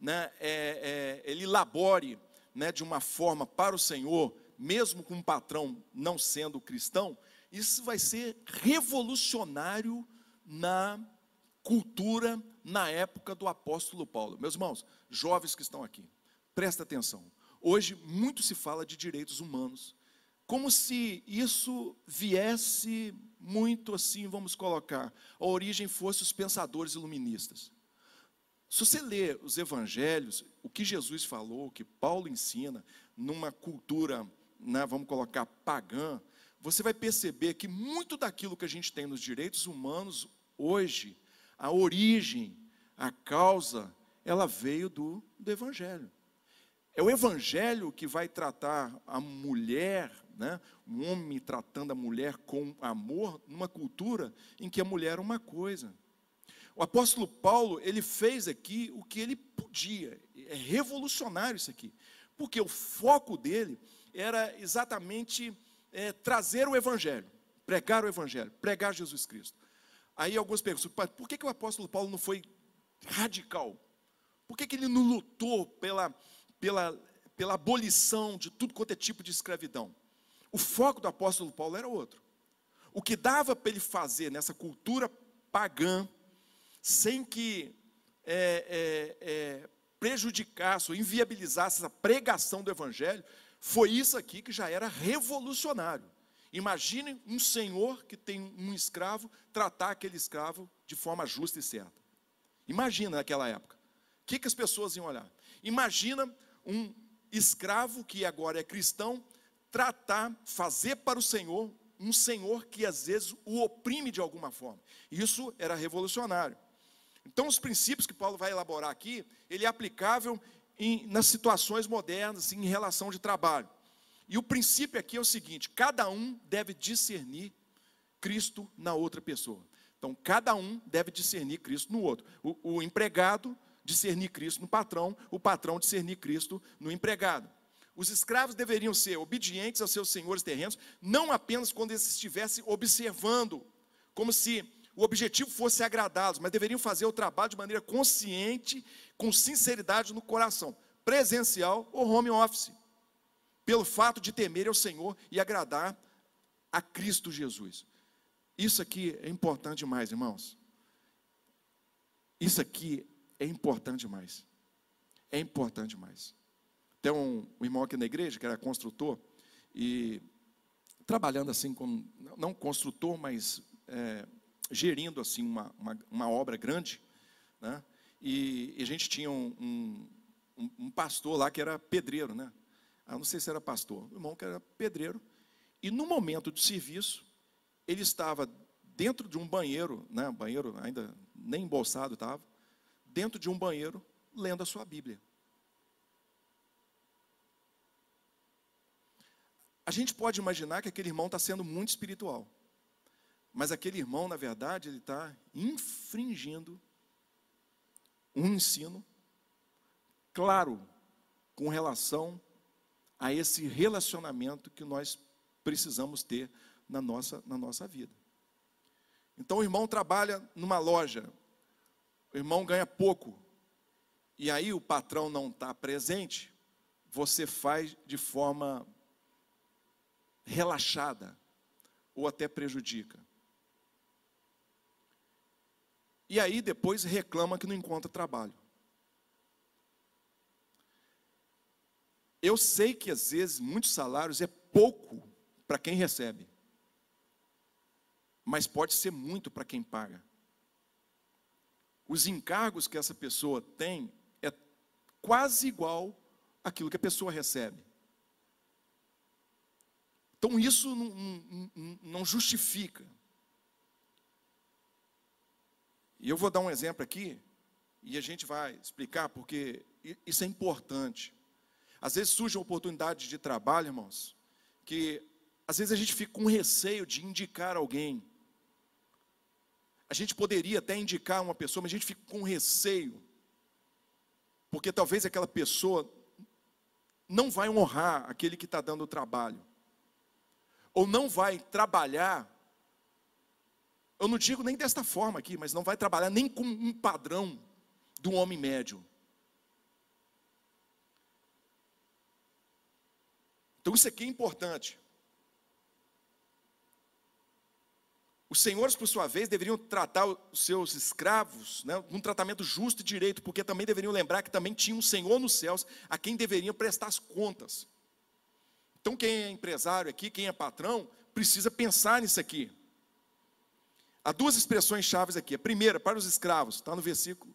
né, ele labore, né, de uma forma para o Senhor, mesmo com um patrão não sendo cristão, isso vai ser revolucionário na cultura, na época do apóstolo Paulo. Meus irmãos, jovens que estão aqui, presta atenção. Hoje muito se fala de direitos humanos, como se isso viesse muito assim, vamos colocar, a origem fosse os pensadores iluministas. Se você ler os evangelhos, o que Jesus falou, o que Paulo ensina, numa cultura, né, vamos colocar, pagã, você vai perceber que muito daquilo que a gente tem nos direitos humanos, hoje, a origem, a causa, ela veio do evangelho. É o evangelho que vai tratar a mulher, né, um homem tratando a mulher com amor, numa cultura em que a mulher era uma coisa. O apóstolo Paulo, ele fez aqui o que ele podia. É revolucionário isso aqui. Porque o foco dele era exatamente trazer o evangelho, pregar Jesus Cristo. Aí alguns perguntam, por que o apóstolo Paulo não foi radical? Por que ele não lutou pela abolição de tudo quanto é tipo de escravidão? O foco do apóstolo Paulo era outro. O que dava para ele fazer nessa cultura pagã, sem que prejudicasse ou inviabilizasse essa pregação do evangelho, foi isso aqui que já era revolucionário. Imagine um senhor que tem um escravo, tratar aquele escravo de forma justa e certa. Imagina naquela época. O que as pessoas iam olhar? Imagina um escravo que agora é cristão, fazer para o Senhor, um senhor que às vezes o oprime de alguma forma. Isso era revolucionário. Então os princípios que Paulo vai elaborar aqui, ele é aplicável nas situações modernas, em relação de trabalho. E o princípio aqui é o seguinte: cada um deve discernir Cristo na outra pessoa. Então cada um deve discernir Cristo no outro. O empregado discernir Cristo no patrão, o patrão discernir Cristo no empregado. Os escravos deveriam ser obedientes aos seus senhores terrenos, não apenas quando eles estivessem observando, como se o objetivo fosse agradá-los, mas deveriam fazer o trabalho de maneira consciente, com sinceridade no coração, presencial ou home office, pelo fato de temer ao Senhor e agradar a Cristo Jesus. Isso aqui é importante demais, irmãos. Isso aqui é importante demais. É importante demais. Tem um irmão aqui na igreja que era construtor e trabalhando assim como, não construtor, mas gerindo assim uma obra grande, né? E a gente tinha um pastor lá que era pedreiro, né? Eu não sei se era pastor, o irmão que era pedreiro, e no momento de serviço, ele estava dentro de um banheiro, né? Banheiro ainda nem embolsado estava, dentro de um banheiro, lendo a sua Bíblia. A gente pode imaginar que aquele irmão está sendo muito espiritual, mas aquele irmão, na verdade, ele está infringindo um ensino claro com relação a esse relacionamento que nós precisamos ter na nossa vida. Então o irmão trabalha numa loja, o irmão ganha pouco, e aí o patrão não está presente, você faz de forma relaxada, ou até prejudica. E aí depois reclama que não encontra trabalho. Eu sei que às vezes muitos salários é pouco para quem recebe, mas pode ser muito para quem paga. Os encargos que essa pessoa tem é quase igual àquilo que a pessoa recebe. Então isso não justifica. E eu vou dar um exemplo aqui, e a gente vai explicar, porque isso é importante. Às vezes surge uma oportunidade de trabalho, irmãos, que às vezes a gente fica com receio de indicar alguém. A gente poderia até indicar uma pessoa, mas a gente fica com receio, porque talvez aquela pessoa não vai honrar aquele que está dando o trabalho, ou não vai trabalhar, eu não digo nem desta forma aqui, mas não vai trabalhar nem com um padrão do homem médio. Então isso aqui é importante. Os senhores, por sua vez, deveriam tratar os seus escravos, né, num tratamento justo e direito, porque também deveriam lembrar que também tinha um Senhor nos céus a quem deveriam prestar as contas. Então quem é empresário aqui, quem é patrão, precisa pensar nisso aqui. Há duas expressões chaves aqui. A primeira, para os escravos, está no versículo...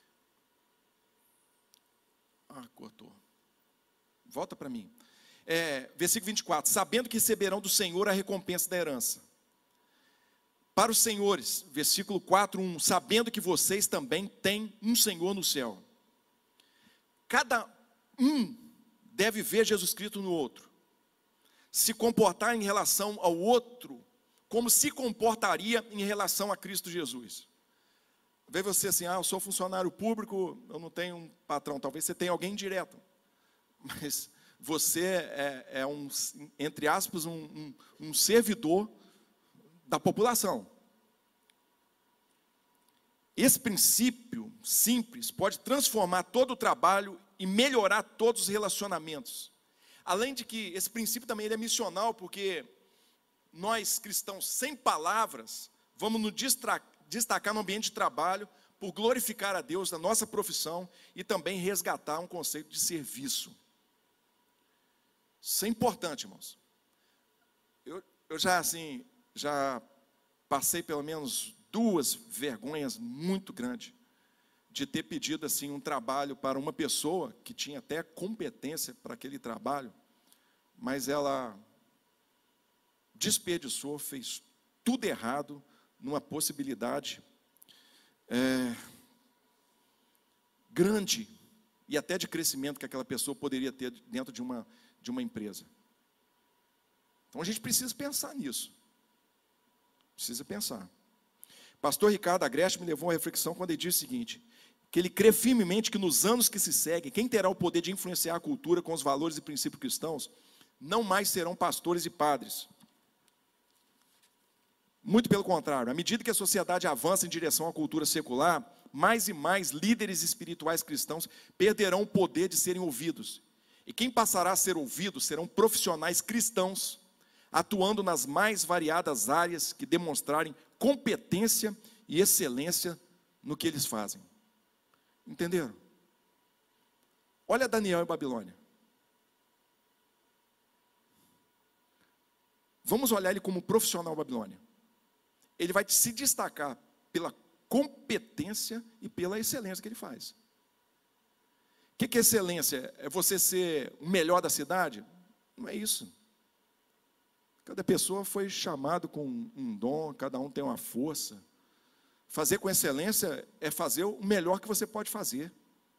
cortou. Volta para mim. Versículo 24. Sabendo que receberão do Senhor a recompensa da herança. Para os senhores, versículo 4:1. Sabendo que vocês também têm um Senhor no céu. Cada um deve ver Jesus Cristo no outro. Se comportar em relação ao outro como se comportaria em relação a Cristo Jesus. Vê você assim, eu sou funcionário público, eu não tenho um patrão. Talvez você tenha alguém direto. Mas você é entre aspas, um servidor da população. Esse princípio simples pode transformar todo o trabalho e melhorar todos os relacionamentos. Além de que esse princípio também ele é missional, porque nós cristãos sem palavras vamos nos destacar no ambiente de trabalho por glorificar a Deus na nossa profissão e também resgatar um conceito de serviço. Isso é importante, irmãos. Eu já passei pelo menos 2 vergonhas muito grandes de ter pedido assim um trabalho para uma pessoa que tinha até competência para aquele trabalho, mas ela desperdiçou, fez tudo errado numa possibilidade grande e até de crescimento que aquela pessoa poderia ter dentro de uma empresa. Então a gente precisa pensar nisso. Precisa pensar. Pastor Ricardo Agreste me levou a uma reflexão quando ele disse o seguinte, que ele crê firmemente que nos anos que se seguem, quem terá o poder de influenciar a cultura com os valores e princípios cristãos, não mais serão pastores e padres. Muito pelo contrário, à medida que a sociedade avança em direção à cultura secular, mais e mais líderes espirituais cristãos perderão o poder de serem ouvidos. E quem passará a ser ouvido serão profissionais cristãos, atuando nas mais variadas áreas que demonstrarem competência e excelência no que eles fazem. Entenderam? Olha Daniel em Babilônia. Vamos olhar ele como profissional Babilônia. Ele vai se destacar pela competência e pela excelência que ele faz. O que é excelência? É você ser o melhor da cidade? Não é isso. Cada pessoa foi chamado com um dom, cada um tem uma força. Fazer com excelência é fazer o melhor que você pode fazer.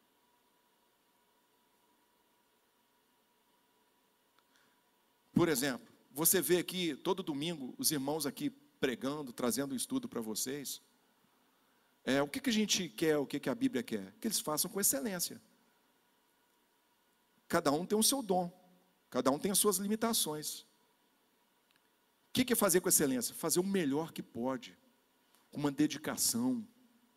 Por exemplo, você vê aqui todo domingo os irmãos aqui pregando, trazendo estudo para vocês. O que a gente quer, o que a Bíblia quer? Que eles façam com excelência. Cada um tem o seu dom, cada um tem as suas limitações. O que é fazer com excelência? Fazer o melhor que pode, com uma dedicação.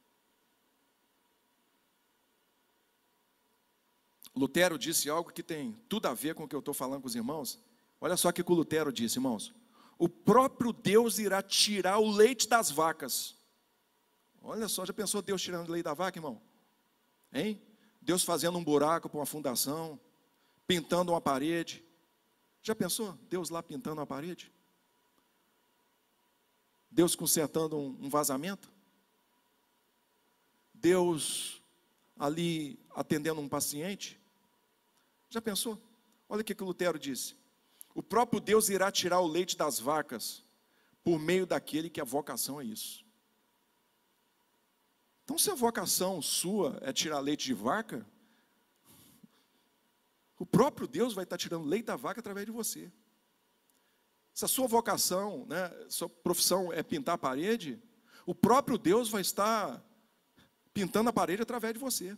Lutero disse algo que tem tudo a ver com o que eu estou falando com os irmãos. Olha só o que o Lutero disse, irmãos. O próprio Deus irá tirar o leite das vacas. Olha só, já pensou Deus tirando o leite da vaca, irmão? Hein? Deus fazendo um buraco para uma fundação, pintando uma parede. Já pensou Deus lá pintando uma parede? Deus consertando um vazamento? Deus ali atendendo um paciente? Já pensou? Olha o que o Lutero disse. O próprio Deus irá tirar o leite das vacas por meio daquele que a vocação é isso. Então, se a vocação sua é tirar leite de vaca, o próprio Deus vai estar tirando leite da vaca através de você. Se a sua vocação, sua profissão é pintar a parede, o próprio Deus vai estar pintando a parede através de você.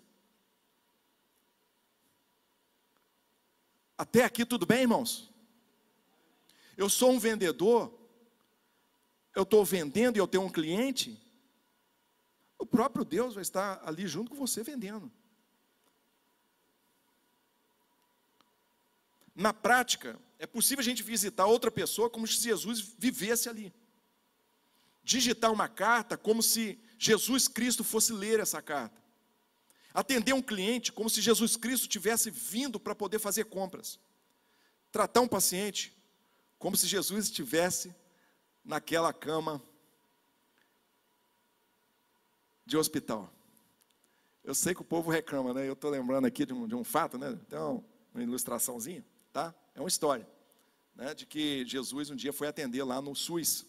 Até aqui tudo bem, irmãos? Eu sou um vendedor, eu estou vendendo e eu tenho um cliente, o próprio Deus vai estar ali junto com você vendendo. Na prática, É possível a gente visitar outra pessoa como se Jesus vivesse ali. Digitar uma carta como se Jesus Cristo fosse ler essa carta. Atender um cliente como se Jesus Cristo tivesse vindo para poder fazer compras. Tratar um paciente como se Jesus estivesse naquela cama de hospital. Eu sei que o povo reclama, né? Eu estou lembrando aqui de um fato, né? Então, uma ilustraçãozinha, tá? É uma história, né? De que Jesus um dia foi atender lá no SUS,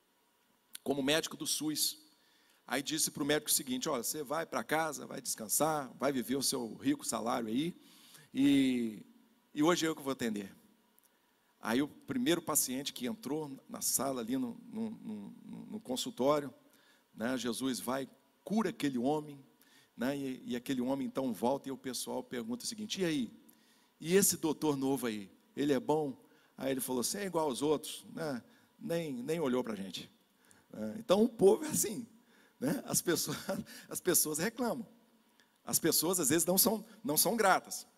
como médico do SUS. Aí disse para o médico o seguinte: olha, você vai para casa, vai descansar, vai viver o seu rico salário aí, e hoje é eu que vou atender. Aí o primeiro paciente que entrou na sala ali no consultório, né, Jesus vai, cura aquele homem, né, e aquele homem então volta e o pessoal pergunta o seguinte: e aí? E esse doutor novo aí, ele é bom? Aí ele falou assim: é igual aos outros, né, nem olhou para a gente. Então o povo é assim, né, as pessoas reclamam, as pessoas às vezes não são gratas.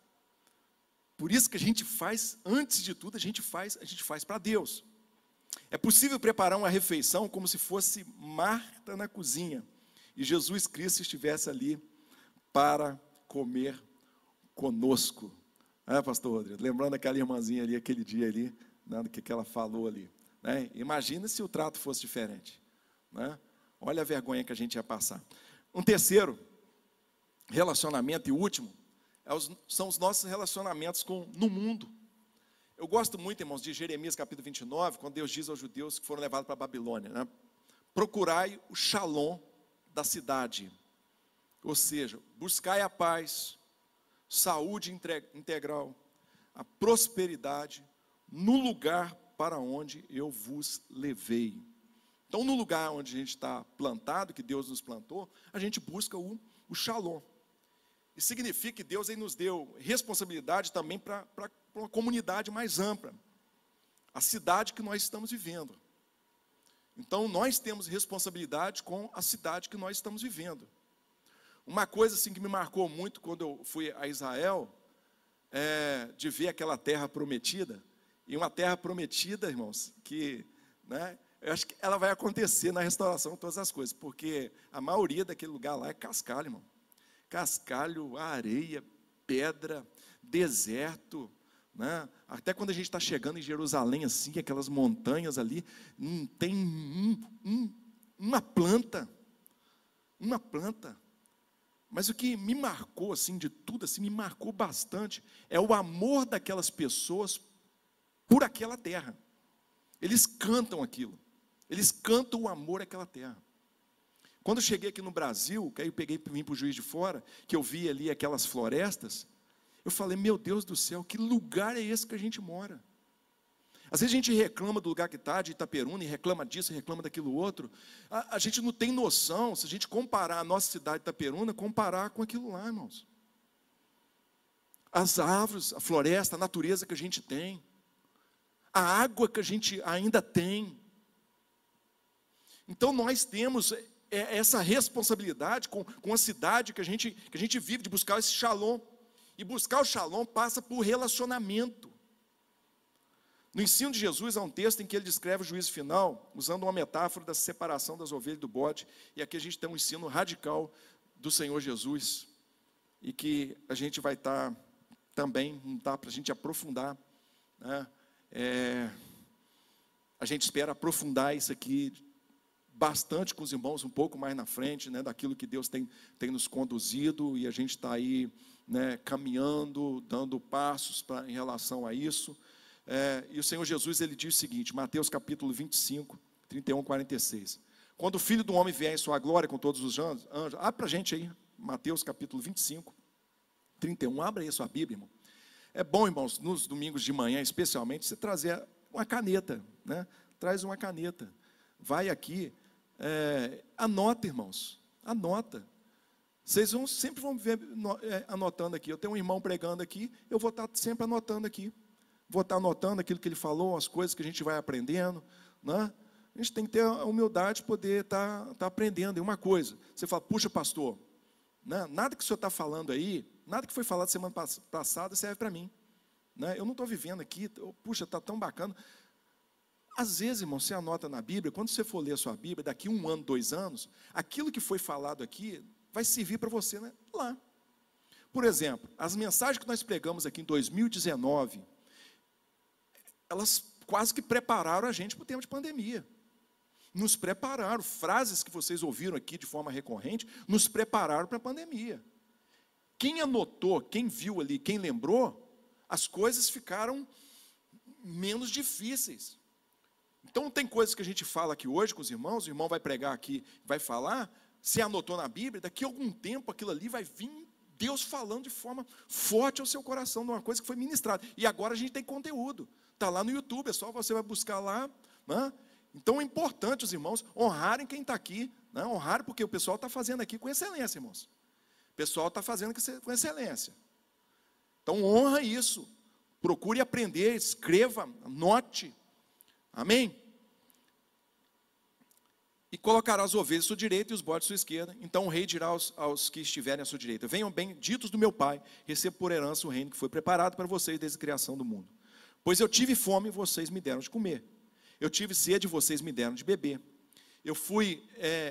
Por isso que a gente faz, antes de tudo, a gente faz para Deus. É possível preparar uma refeição como se fosse Marta na cozinha e Jesus Cristo estivesse ali para comer conosco. Pastor Rodrigo, lembrando aquela irmãzinha ali, aquele dia ali, né, do que ela falou ali, né? Imagina se o trato fosse diferente, né? Olha a vergonha que a gente ia passar. Um terceiro relacionamento e último são os nossos relacionamentos no mundo. Eu gosto muito, irmãos, de Jeremias capítulo 29, quando Deus diz aos judeus que foram levados para a Babilônia, né? Procurai o shalom da cidade, ou seja, buscai a paz, saúde integral, a prosperidade no lugar para onde eu vos levei. Então, no lugar onde a gente está plantado, que Deus nos plantou, a gente busca o shalom. E significa que Deus aí nos deu responsabilidade também para uma comunidade mais ampla, a cidade que nós estamos vivendo. Então, nós temos responsabilidade com a cidade que nós estamos vivendo. Uma coisa assim que me marcou muito quando eu fui a Israel, de ver aquela terra prometida, e uma terra prometida, irmãos, que, né, eu acho que ela vai acontecer na restauração de todas as coisas, porque a maioria daquele lugar lá é cascalho, irmão. Cascalho, areia, pedra, deserto, né? Até quando a gente está chegando em Jerusalém, assim, aquelas montanhas ali, não tem uma planta, mas o que me marcou, assim, de tudo, assim, me marcou bastante, é o amor daquelas pessoas por aquela terra. Eles cantam aquilo, eles cantam o amor àquela terra. Quando eu cheguei aqui no Brasil, que aí eu vim para o Juiz de Fora, que eu vi ali aquelas florestas, eu falei: meu Deus do céu, que lugar é esse que a gente mora? Às vezes a gente reclama do lugar que está, de Itaperuna, e reclama disso, e reclama daquilo outro. A gente não tem noção, se a gente comparar a nossa cidade de Itaperuna, comparar com aquilo lá, irmãos. As árvores, a floresta, a natureza que a gente tem, a água que a gente ainda tem. Então nós temos essa responsabilidade com a cidade que a gente vive, de buscar esse shalom. E buscar o shalom passa por relacionamento. No ensino de Jesus há um texto em que ele descreve o juízo final, usando uma metáfora da separação das ovelhas do bode. E aqui a gente tem um ensino radical do Senhor Jesus, e que a gente vai estar também, não dá para a gente aprofundar, né? A gente espera aprofundar isso aqui bastante com os irmãos um pouco mais na frente, né, daquilo que Deus tem nos conduzido, e a gente está aí, né, caminhando, dando passos em relação a isso. E o Senhor Jesus, ele diz o seguinte, Mateus capítulo 25, 31, 46. Quando o Filho do Homem vier em sua glória com todos os anjos, abre para a gente aí, Mateus capítulo 25, 31, abra aí a sua Bíblia, irmão. É bom, irmãos, nos domingos de manhã, especialmente, você trazer uma caneta, né? Traz uma caneta, vai aqui, anota, irmãos, anota. Vocês sempre vão ver anotando aqui. Eu tenho um irmão pregando aqui, eu vou estar sempre anotando aqui. Vou estar anotando aquilo que ele falou, as coisas que a gente vai aprendendo, né? A gente tem que ter a humildade de poder estar aprendendo. E uma coisa, você fala: puxa, pastor, né, nada que o senhor está falando aí, nada que foi falado semana passada serve para mim, né? Eu não estou vivendo aqui, puxa, está tão bacana. Às vezes, irmão, você anota na Bíblia, quando você for ler a sua Bíblia, daqui 1 ano, 2 anos, aquilo que foi falado aqui vai servir para você, né, lá. Por exemplo, as mensagens que nós pregamos aqui em 2019, elas quase que prepararam a gente para o tempo de pandemia. Nos prepararam, frases que vocês ouviram aqui de forma recorrente, nos prepararam para a pandemia. Quem anotou, quem viu ali, quem lembrou, as coisas ficaram menos difíceis. Então, tem coisas que a gente fala aqui hoje com os irmãos, o irmão vai pregar aqui, vai falar, se anotou na Bíblia, daqui a algum tempo aquilo ali vai vir Deus falando de forma forte ao seu coração, de uma coisa que foi ministrada. E agora a gente tem conteúdo, está lá no YouTube, é só você vai buscar lá, né? Então é importante os irmãos honrarem quem está aqui, né? Honrarem porque o pessoal está fazendo aqui com excelência, irmãos. O pessoal está fazendo com excelência. Então honra isso, procure aprender, escreva, anote. Amém? E colocará as ovelhas à sua direita e os bodes à sua esquerda. Então o rei dirá aos que estiverem à sua direita: venham benditos do meu Pai, recebo por herança o reino que foi preparado para vocês desde a criação do mundo. Pois eu tive fome e vocês me deram de comer. Eu tive sede e vocês me deram de beber. Eu fui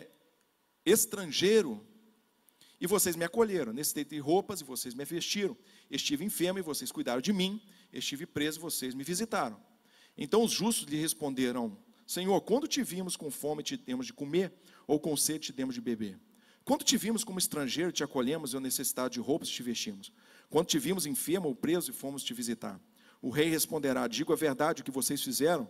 estrangeiro e vocês me acolheram. Necessitei de roupas e vocês me vestiram. Estive enfermo e vocês cuidaram de mim. Estive preso e vocês me visitaram. Então os justos lhe responderão: Senhor, quando te vimos com fome, te demos de comer, ou com sede, te demos de beber? Quando te vimos como estrangeiro, te acolhemos, ou necessitado de roupas, te vestimos? Quando te vimos enfermo ou preso, e fomos te visitar? O rei responderá: digo a verdade, o que vocês fizeram,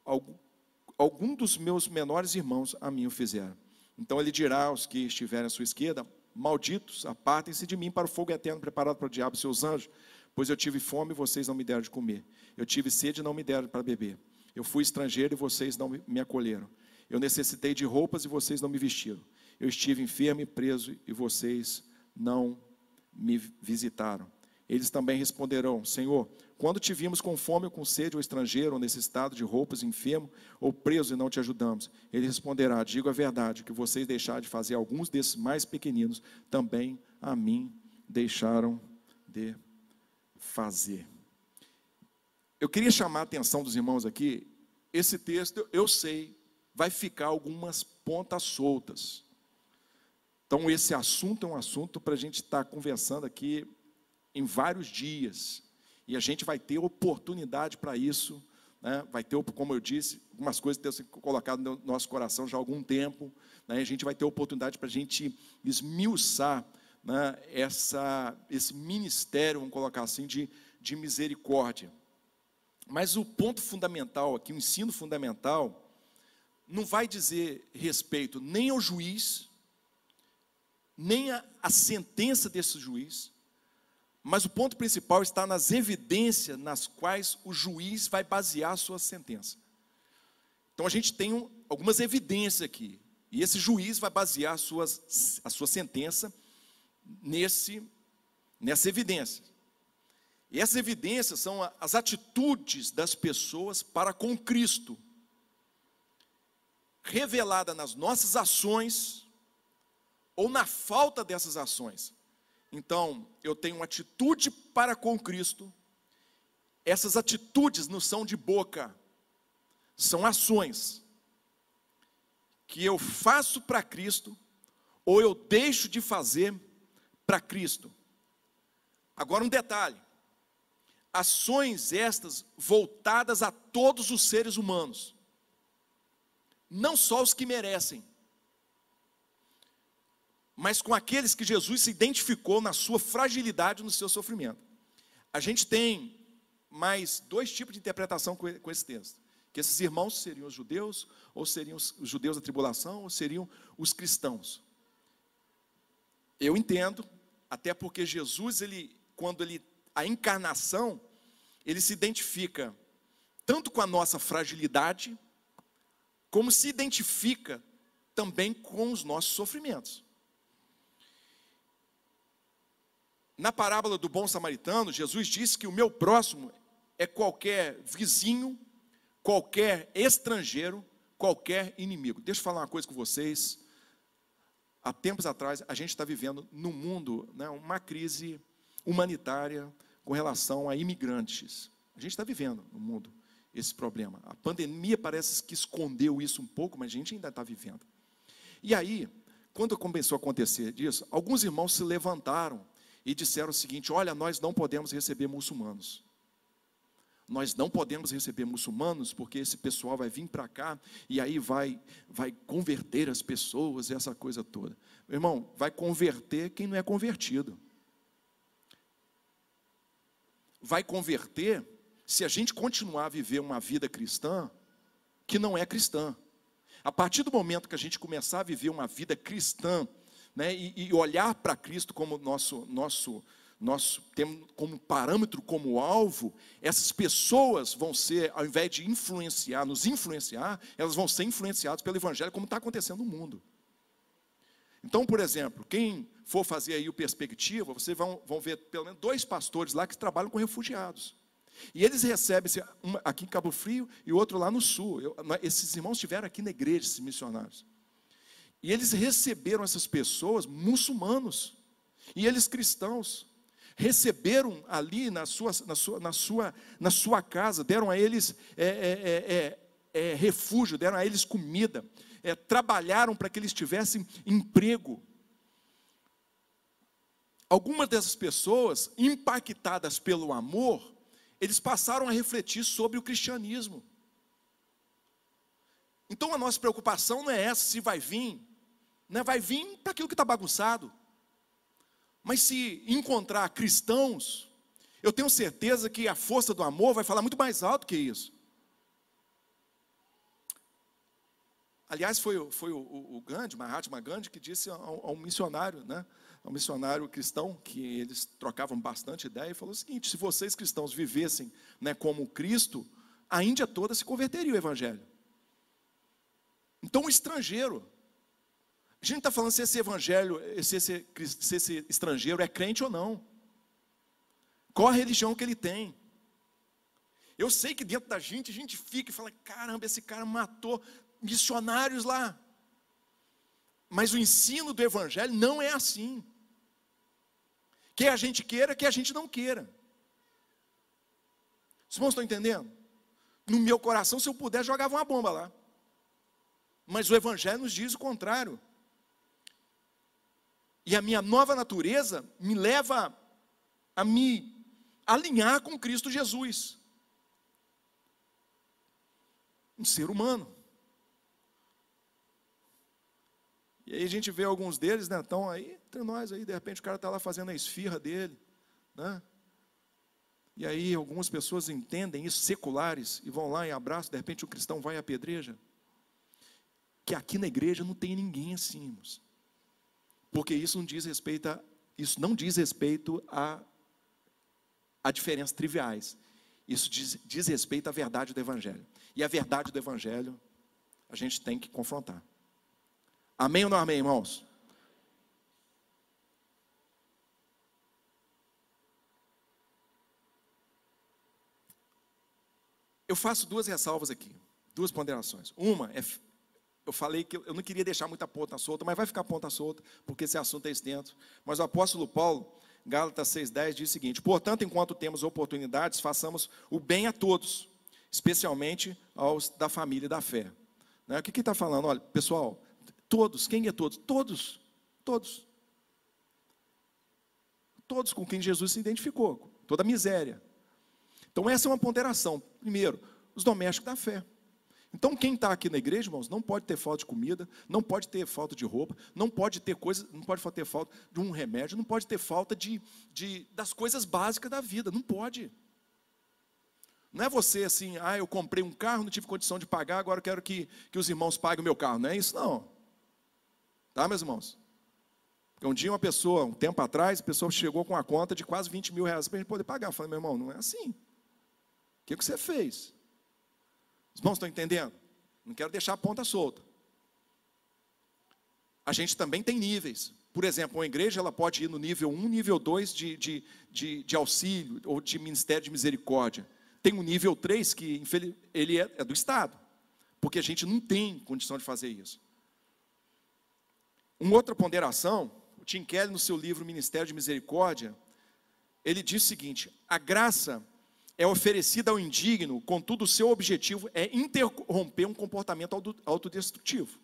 algum dos meus menores irmãos a mim o fizeram. Então ele dirá aos que estiverem à sua esquerda: malditos, apartem-se de mim para o fogo eterno preparado para o diabo e seus anjos, pois eu tive fome e vocês não me deram de comer. Eu tive sede e não me deram para beber. Eu fui estrangeiro e vocês não me acolheram. Eu necessitei de roupas e vocês não me vestiram. Eu estive enfermo e preso e vocês não me visitaram. Eles também responderão: Senhor, quando te vimos com fome ou com sede, ou estrangeiro, ou necessitado de roupas, enfermo, ou preso e não te ajudamos? Ele responderá: digo a verdade, que vocês deixaram de fazer alguns desses mais pequeninos, também a mim deixaram de fazer. Eu queria chamar a atenção dos irmãos aqui. Esse texto, eu sei, vai ficar algumas pontas soltas. Então esse assunto é um assunto para a gente estar conversando aqui em vários dias. E a gente vai ter oportunidade para isso, né? Vai ter, como eu disse, algumas coisas que Deus tem colocado no nosso coração já há algum tempo, né? A gente vai ter oportunidade para a gente esmiuçar, né, esse ministério, vamos colocar assim, de misericórdia. Mas o ponto fundamental aqui, o ensino fundamental, não vai dizer respeito nem ao juiz, nem a sentença desse juiz, mas o ponto principal está nas evidências nas quais o juiz vai basear a sua sentença. Então a gente tem algumas evidências aqui, e esse juiz vai basear a sua sentença nessa evidência. E essas evidências são as atitudes das pessoas para com Cristo, revelada nas nossas ações ou na falta dessas ações. Então, eu tenho uma atitude para com Cristo. Essas atitudes não são de boca, são ações que eu faço para Cristo ou eu deixo de fazer para Cristo. Agora um detalhe: ações estas voltadas a todos os seres humanos, não só os que merecem, mas com aqueles que Jesus se identificou na sua fragilidade, no seu sofrimento. A gente tem mais 2 tipos de interpretação com esse texto: que esses irmãos seriam os judeus, ou seriam os judeus da tribulação, ou seriam os cristãos. Eu entendo, até porque Jesus, a encarnação, ele se identifica tanto com a nossa fragilidade, como se identifica também com os nossos sofrimentos. Na parábola do bom samaritano, Jesus disse que o meu próximo é qualquer vizinho, qualquer estrangeiro, qualquer inimigo. Deixa eu falar uma coisa com vocês. Há tempos atrás, a gente está vivendo no mundo, né, uma crise humanitária, com relação a imigrantes. A gente está vivendo no mundo esse problema. A pandemia parece que escondeu isso um pouco, mas a gente ainda está vivendo. E aí, quando começou a acontecer disso, alguns irmãos se levantaram e disseram o seguinte: olha, nós não podemos receber muçulmanos. Nós não podemos receber muçulmanos, porque esse pessoal vai vir para cá e aí vai converter as pessoas, essa coisa toda. Meu irmão, vai converter quem não é convertido. Vai converter se a gente continuar a viver uma vida cristã que não é cristã. A partir do momento que a gente começar a viver uma vida cristã, né, e olhar para Cristo como nosso como parâmetro, como alvo, essas pessoas vão ser, ao invés de nos influenciar, elas vão ser influenciadas pelo Evangelho, como está acontecendo no mundo. Então, por exemplo, quem for fazer aí o Perspectiva, vocês vão ver pelo menos 2 pastores lá que trabalham com refugiados. E eles recebem, um aqui em Cabo Frio e outro lá no sul. Esses irmãos estiveram aqui na igreja, esses missionários. E eles receberam essas pessoas, muçulmanos, e eles cristãos. Receberam ali na sua casa, deram a eles refúgio, deram a eles comida, trabalharam para que eles tivessem emprego. Algumas dessas pessoas, impactadas pelo amor, eles passaram a refletir sobre o cristianismo. Então a nossa preocupação não é essa, se vai vir, né? Vai vir para aquilo que está bagunçado. Mas se encontrar cristãos, eu tenho certeza que a força do amor vai falar muito mais alto que isso. Aliás, foi o Gandhi, Mahatma Gandhi, que disse ao missionário, né, ao missionário cristão, que eles trocavam bastante ideia, e falou o seguinte: se vocês cristãos vivessem, né, como Cristo, a Índia toda se converteria ao Evangelho. Então o estrangeiro, a gente não está falando se esse evangelho, se esse estrangeiro é crente ou não. Qual a religião que ele tem? Eu sei que dentro da gente, a gente fica e fala: caramba, esse cara matou missionários lá. Mas o ensino do evangelho não é assim. Quer a gente queira, quer a gente não queira. Os irmãos estão entendendo? No meu coração, se eu puder, jogava uma bomba lá. Mas o evangelho nos diz o contrário. E a minha nova natureza me leva a me alinhar com Cristo Jesus. Um ser humano. E aí a gente vê alguns deles, né, estão aí entre nós, aí de repente o cara está lá fazendo a esfirra dele, né? E aí algumas pessoas entendem isso, seculares, e vão lá e abraçam, de repente o cristão vai à apedreja. Que aqui na igreja não tem ninguém assim, irmãos. Porque isso não diz respeito a diferenças triviais. Isso diz respeito à verdade do Evangelho. E a verdade do Evangelho a gente tem que confrontar. Amém ou não amém, irmãos? Eu faço 2 ressalvas aqui, 2 ponderações. Uma é: eu falei que eu não queria deixar muita ponta solta, mas vai ficar ponta solta, porque esse assunto é extenso. Mas o apóstolo Paulo, Gálatas 6,10, diz o seguinte: portanto, enquanto temos oportunidades, façamos o bem a todos, especialmente aos da família da fé. Né? O que está falando? Olha, pessoal, todos, quem é todos? Todos, todos. Todos com quem Jesus se identificou, toda a miséria. Então essa é uma ponderação. Primeiro, os domésticos da fé. Então quem está aqui na igreja, irmãos, não pode ter falta de comida, não pode ter falta de roupa, não pode ter não pode ter falta de um remédio, não pode ter falta das coisas básicas da vida, não pode. Não é você assim: eu comprei um carro, não tive condição de pagar, agora eu quero que os irmãos paguem o meu carro. Não é isso não. Tá, meus irmãos? Porque um dia um tempo atrás, a pessoa chegou com uma conta de quase 20 mil reais para a gente poder pagar. Eu falei: meu irmão, não é assim. O que você fez? Os irmãos estão entendendo? Não quero deixar a ponta solta. A gente também tem níveis. Por exemplo, uma igreja ela pode ir no nível 1, nível 2 de auxílio ou de ministério de misericórdia. Tem um nível 3 que ele é do Estado, porque a gente não tem condição de fazer isso. Uma outra ponderação, o Tim Keller, no seu livro Ministério de Misericórdia, ele diz o seguinte: a graça é oferecida ao indigno, contudo o seu objetivo é interromper um comportamento autodestrutivo.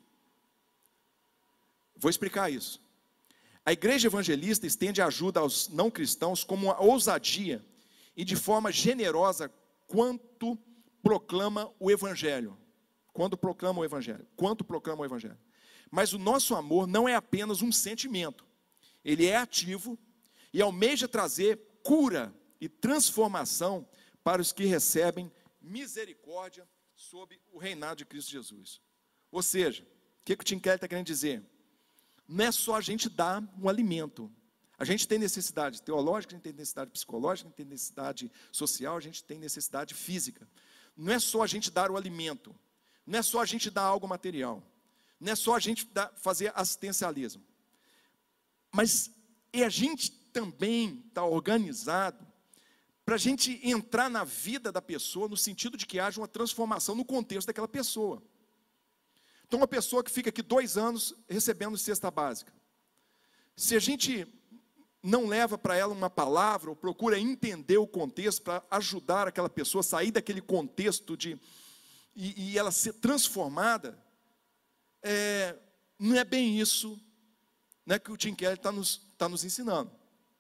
Vou explicar isso. A igreja evangelista estende ajuda aos não cristãos como uma ousadia e de forma generosa quanto proclama o evangelho. Quanto proclama o evangelho. Mas o nosso amor não é apenas um sentimento. Ele é ativo e almeja trazer cura e transformação para os que recebem misericórdia sob o reinado de Cristo Jesus. Ou seja, o que o Tim Keller está querendo dizer? Não é só a gente dar um alimento. A gente tem necessidade teológica, a gente tem necessidade psicológica, a gente tem necessidade social, a gente tem necessidade física. Não é só a gente dar o alimento. Não é só a gente dar algo material. Não é só a gente fazer assistencialismo. Mas a gente também está organizado para a gente entrar na vida da pessoa no sentido de que haja uma transformação no contexto daquela pessoa. Então, uma pessoa que fica aqui 2 anos recebendo cesta básica, se a gente não leva para ela uma palavra, ou procura entender o contexto para ajudar aquela pessoa a sair daquele contexto e ela ser transformada, não é bem isso, né, que o Tim Keller está nos ensinando.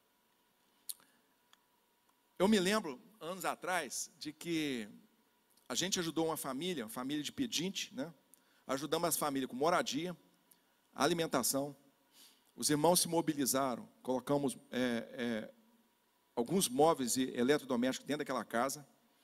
Eu me lembro, anos atrás, de que a gente ajudou uma família de pedinte, né? Ajudamos a família com moradia, alimentação. Os irmãos se mobilizaram, colocamos alguns móveis e eletrodomésticos dentro daquela casa.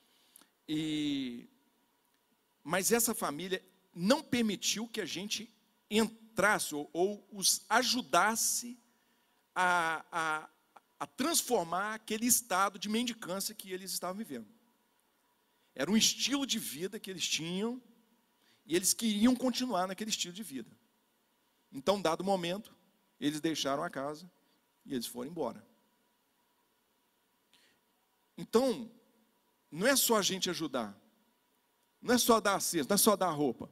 Mas essa família não permitiu que a gente entrasse ou os ajudasse a transformar aquele estado de mendicância que eles estavam vivendo. Era um estilo de vida que eles tinham e eles queriam continuar naquele estilo de vida. Então, dado momento, eles deixaram a casa e eles foram embora. Então, não é só a gente ajudar, não é só dar a cesta, não é só dar a roupa.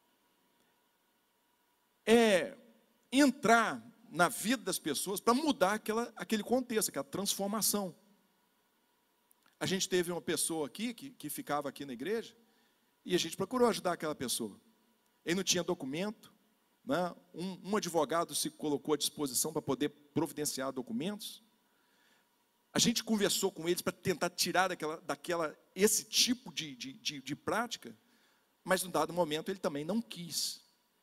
É entrar na vida das pessoas para mudar aquele contexto, aquela transformação. A gente teve uma pessoa aqui, que ficava aqui na igreja, e a gente procurou ajudar aquela pessoa. Ele não tinha documento, né? Um advogado se colocou à disposição para poder providenciar documentos. A gente conversou com eles para tentar tirar esse tipo de prática, mas num dado momento ele também não quis.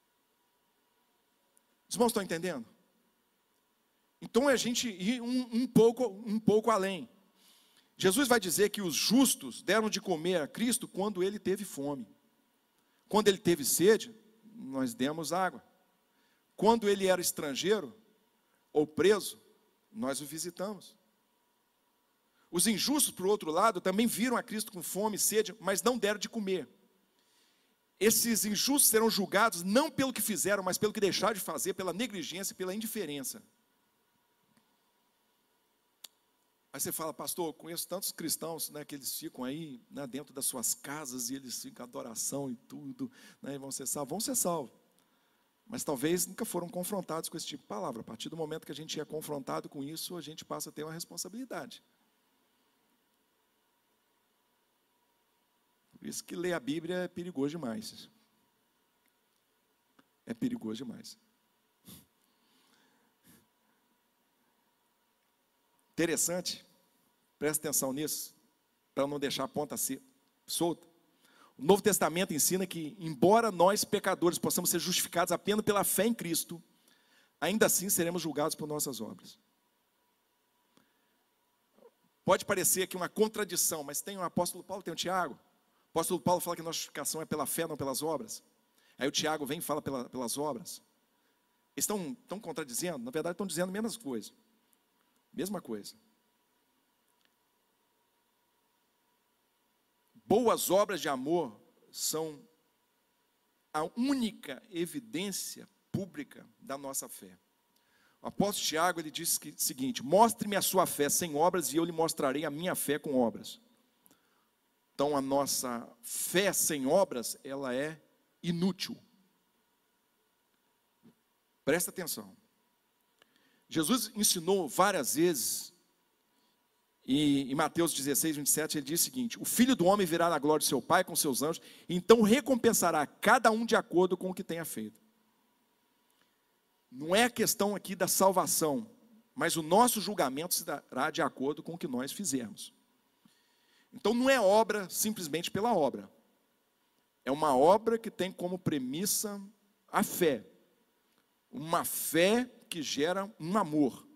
Os irmãos estão entendendo? Então a gente ir um pouco além. Jesus vai dizer que os justos deram de comer a Cristo quando ele teve fome. Quando ele teve sede, nós demos água. Quando ele era estrangeiro ou preso, nós o visitamos. Os injustos, por outro lado, também viram a Cristo com fome e sede, mas não deram de comer. Esses injustos serão julgados não pelo que fizeram, mas pelo que deixaram de fazer, pela negligência e pela indiferença. Aí você fala: pastor, eu conheço tantos cristãos, né, que eles ficam aí, né, dentro das suas casas e eles ficam adoração e tudo, né, e vão ser salvos. Vão ser salvos. Mas talvez nunca foram confrontados com esse tipo de palavra. A partir do momento que a gente é confrontado com isso, a gente passa a ter uma responsabilidade. Por isso que ler a Bíblia é perigoso demais. É perigoso demais. Interessante, presta atenção nisso, para não deixar a ponta solta. O Novo Testamento ensina que, embora nós pecadores possamos ser justificados apenas pela fé em Cristo, ainda assim seremos julgados por nossas obras. Pode parecer aqui uma contradição, mas tem o apóstolo Paulo, tem o Tiago. O apóstolo Paulo fala que a nossa justificação é pela fé, não pelas obras. Aí o Tiago vem e fala pelas obras. Eles estão contradizendo? Na verdade, estão dizendo a mesma coisa. Mesma coisa. Boas obras de amor são a única evidência pública da nossa fé. O apóstolo Tiago, ele diz o seguinte: mostre-me a sua fé sem obras e eu lhe mostrarei a minha fé com obras. Então a nossa fé sem obras, ela é inútil. Presta atenção. Jesus ensinou várias vezes E em Mateus 16, 27, ele diz o seguinte: o Filho do Homem virá na glória de seu Pai com seus anjos, então recompensará cada um de acordo com o que tenha feito. Não é a questão aqui da salvação, mas o nosso julgamento se dará de acordo com o que nós fizermos. Então não é obra simplesmente pela obra. É uma obra que tem como premissa a fé. Uma fé que gera um amor.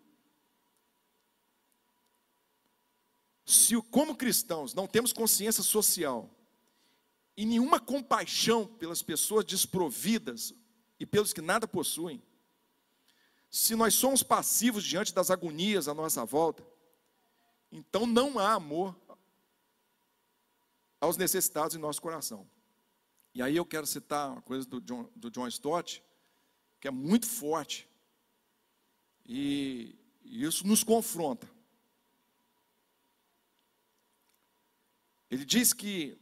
Se como cristãos não temos consciência social e nenhuma compaixão pelas pessoas desprovidas e pelos que nada possuem, se nós somos passivos diante das agonias à nossa volta, então não há amor aos necessitados em nosso coração. E aí eu quero citar uma coisa do John Stott, que é muito forte, e isso nos confronta. Ele diz que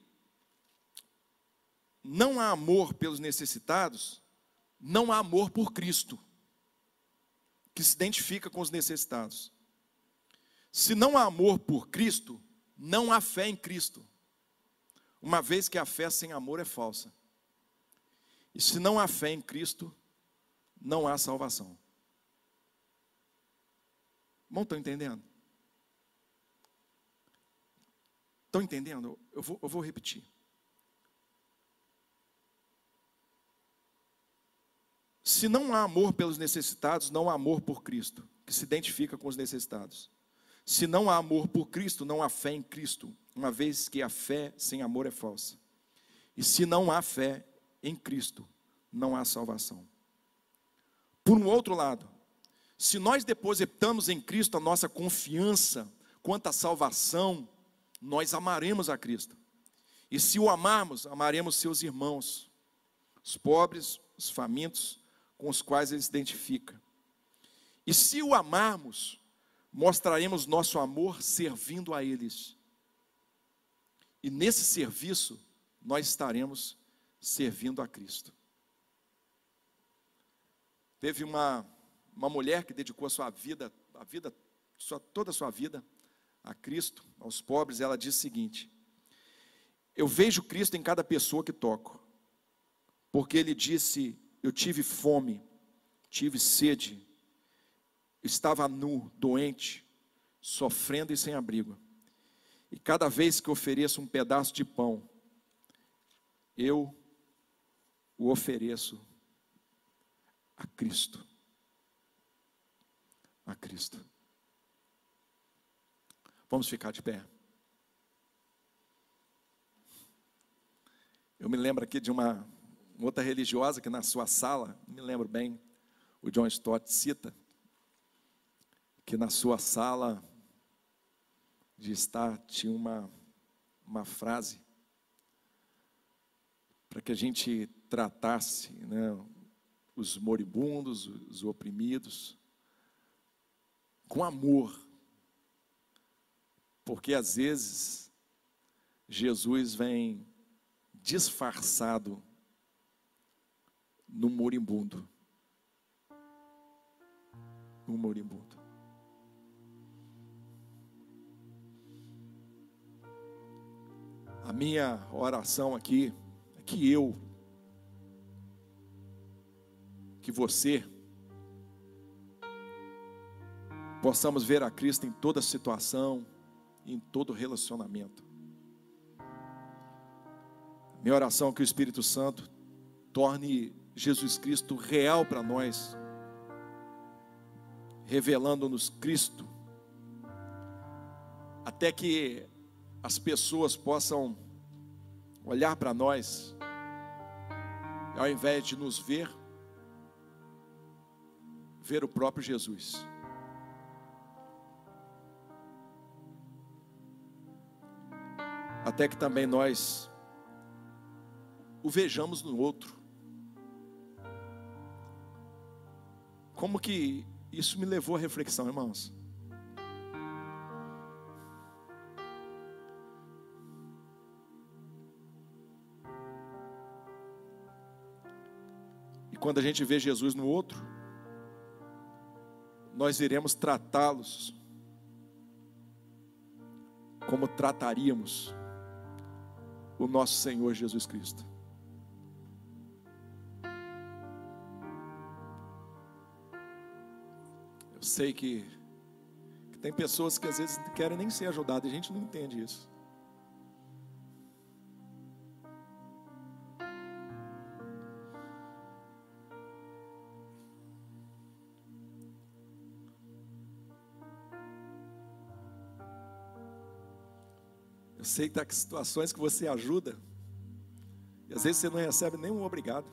não há amor pelos necessitados, não há amor por Cristo, que se identifica com os necessitados. Se não há amor por Cristo, não há fé em Cristo, uma vez que a fé sem amor é falsa. E se não há fé em Cristo, não há salvação. Irmão, estão entendendo? Estão entendendo? Eu vou repetir. Se não há amor pelos necessitados, não há amor por Cristo, que se identifica com os necessitados. Se não há amor por Cristo, não há fé em Cristo, uma vez que a fé sem amor é falsa. E se não há fé em Cristo, não há salvação. Por um outro lado, se nós depositamos em Cristo a nossa confiança quanto à salvação, nós amaremos a Cristo. E se o amarmos, amaremos seus irmãos, os pobres, os famintos, com os quais ele se identifica. E se o amarmos, mostraremos nosso amor servindo a eles. E nesse serviço, nós estaremos servindo a Cristo. Teve uma mulher que dedicou a sua vida, toda a sua vida, a Cristo, aos pobres. Ela disse o seguinte: eu vejo Cristo em cada pessoa que toco, porque ele disse: eu tive fome, tive sede, estava nu, doente, sofrendo e sem abrigo. E cada vez que ofereço um pedaço de pão, eu o ofereço a Cristo. A Cristo. Vamos ficar de pé. Eu me lembro aqui de uma outra religiosa que na sua sala, não me lembro bem, o John Stott cita, que na sua sala de estar tinha uma frase para que a gente tratasse, né, os moribundos, os oprimidos, com amor. Porque às vezes Jesus vem disfarçado no moribundo. No moribundo. A minha oração aqui é que você possamos ver a Cristo em toda situação, em todo relacionamento. Minha oração é que o Espírito Santo torne Jesus Cristo real para nós, revelando-nos Cristo, até que as pessoas possam olhar para nós, e ao invés de nos ver o próprio Jesus. Até que também nós o vejamos no outro. Como que isso me levou à reflexão, irmãos? E quando a gente vê Jesus no outro, nós iremos tratá-los como trataríamos o nosso Senhor Jesus Cristo. Eu sei que tem pessoas que às vezes querem nem ser ajudadas, e a gente não entende isso. Eu sei que tem situações que você ajuda e às vezes você não recebe nenhum obrigado.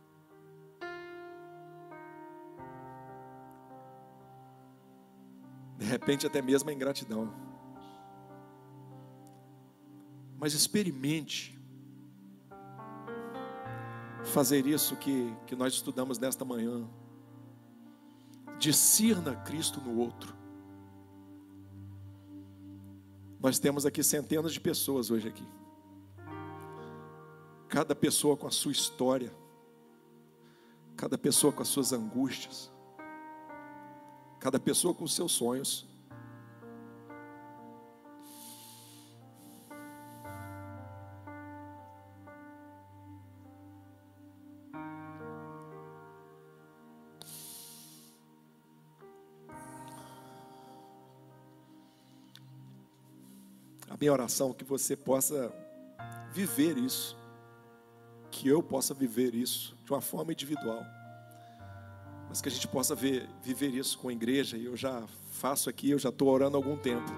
De repente até mesmo a ingratidão. Mas experimente fazer isso que nós estudamos nesta manhã. Discirna Cristo no outro. Nós temos aqui centenas de pessoas hoje aqui. Cada pessoa com a sua história. Cada pessoa com as suas angústias. Cada pessoa com os seus sonhos. A minha oração é que você possa viver isso, que eu possa viver isso de uma forma individual, mas que a gente possa viver isso com a igreja. E eu já faço aqui, eu já estou orando há algum tempo,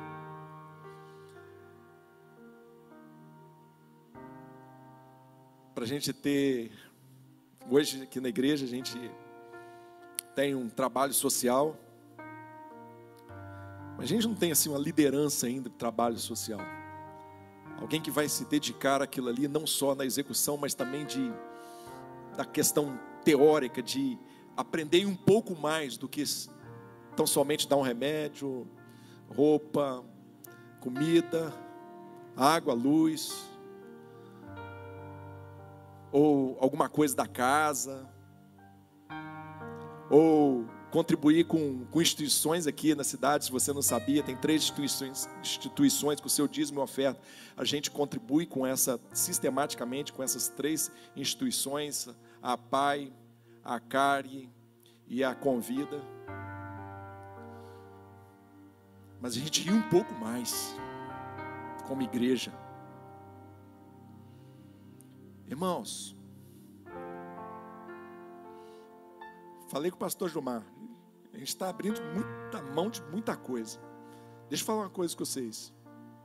para a gente ter, hoje aqui na igreja a gente tem um trabalho social, mas a gente não tem assim uma liderança ainda de trabalho social. Alguém que vai se dedicar àquilo ali, não só na execução, mas também da questão teórica, de aprender um pouco mais do que tão somente dar um remédio, roupa, comida, água, luz, ou alguma coisa da casa, ou contribuir com instituições aqui na cidade. Se você não sabia, tem 3 instituições com o seu dízimo e oferta. A gente contribui com sistematicamente com essas 3 instituições, a PAI, a CARI e a Convida. Mas a gente ia um pouco mais como igreja. Irmãos, falei com o pastor Gilmar, a gente está abrindo muita mão de muita coisa. Deixa eu falar uma coisa com vocês.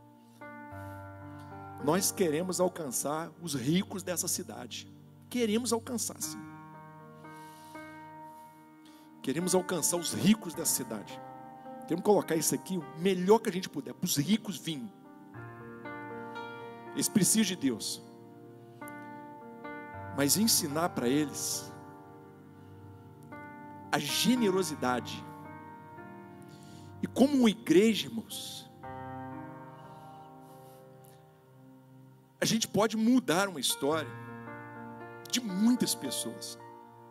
Nós queremos alcançar os ricos dessa cidade. Queremos alcançar, sim. Queremos alcançar os ricos dessa cidade. Queremos colocar isso aqui o melhor que a gente puder, para os ricos virem. Eles precisam de Deus. Mas ensinar para eles a generosidade. E como igreja, irmãos, a gente pode mudar uma história de muitas pessoas,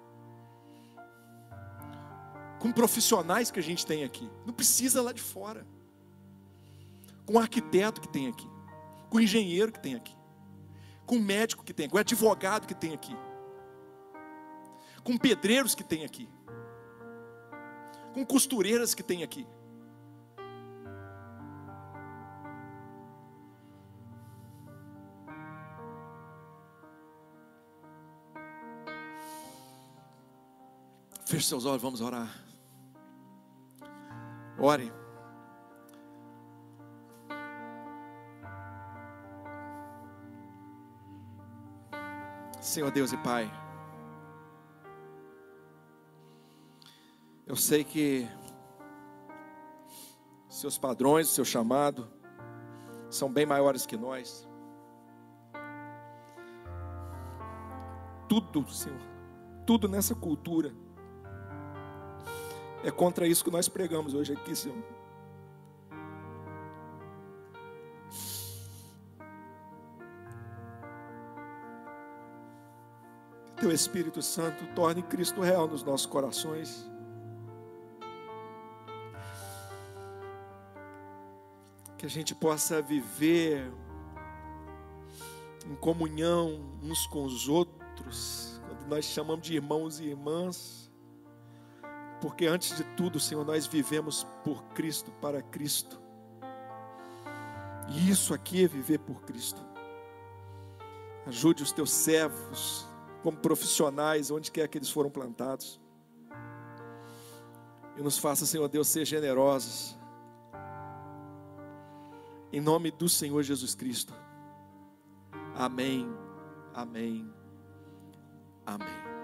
com profissionais que a gente tem aqui. Não precisa lá de fora. Com o arquiteto que tem aqui, com o engenheiro que tem aqui, com o médico que tem aqui, com o advogado que tem aqui, com pedreiros que tem aqui, com costureiras que tem aqui. Feche seus olhos, vamos orar. Ore. Senhor Deus e Pai, eu sei que seus padrões, o seu chamado são bem maiores que nós. Tudo, Senhor, tudo nessa cultura é contra isso que nós pregamos hoje aqui, Senhor. Que Teu Espírito Santo torne Cristo real nos nossos corações. que a gente possa viver em comunhão uns com os outros, quando nós chamamos de irmãos e irmãs, porque antes de tudo, Senhor, nós vivemos por Cristo, para Cristo, e isso aqui é viver por Cristo. Ajude os teus servos, como profissionais, onde quer que eles foram plantados, e nos faça, Senhor Deus, ser generosos, em nome do Senhor Jesus Cristo. Amém, amém, amém.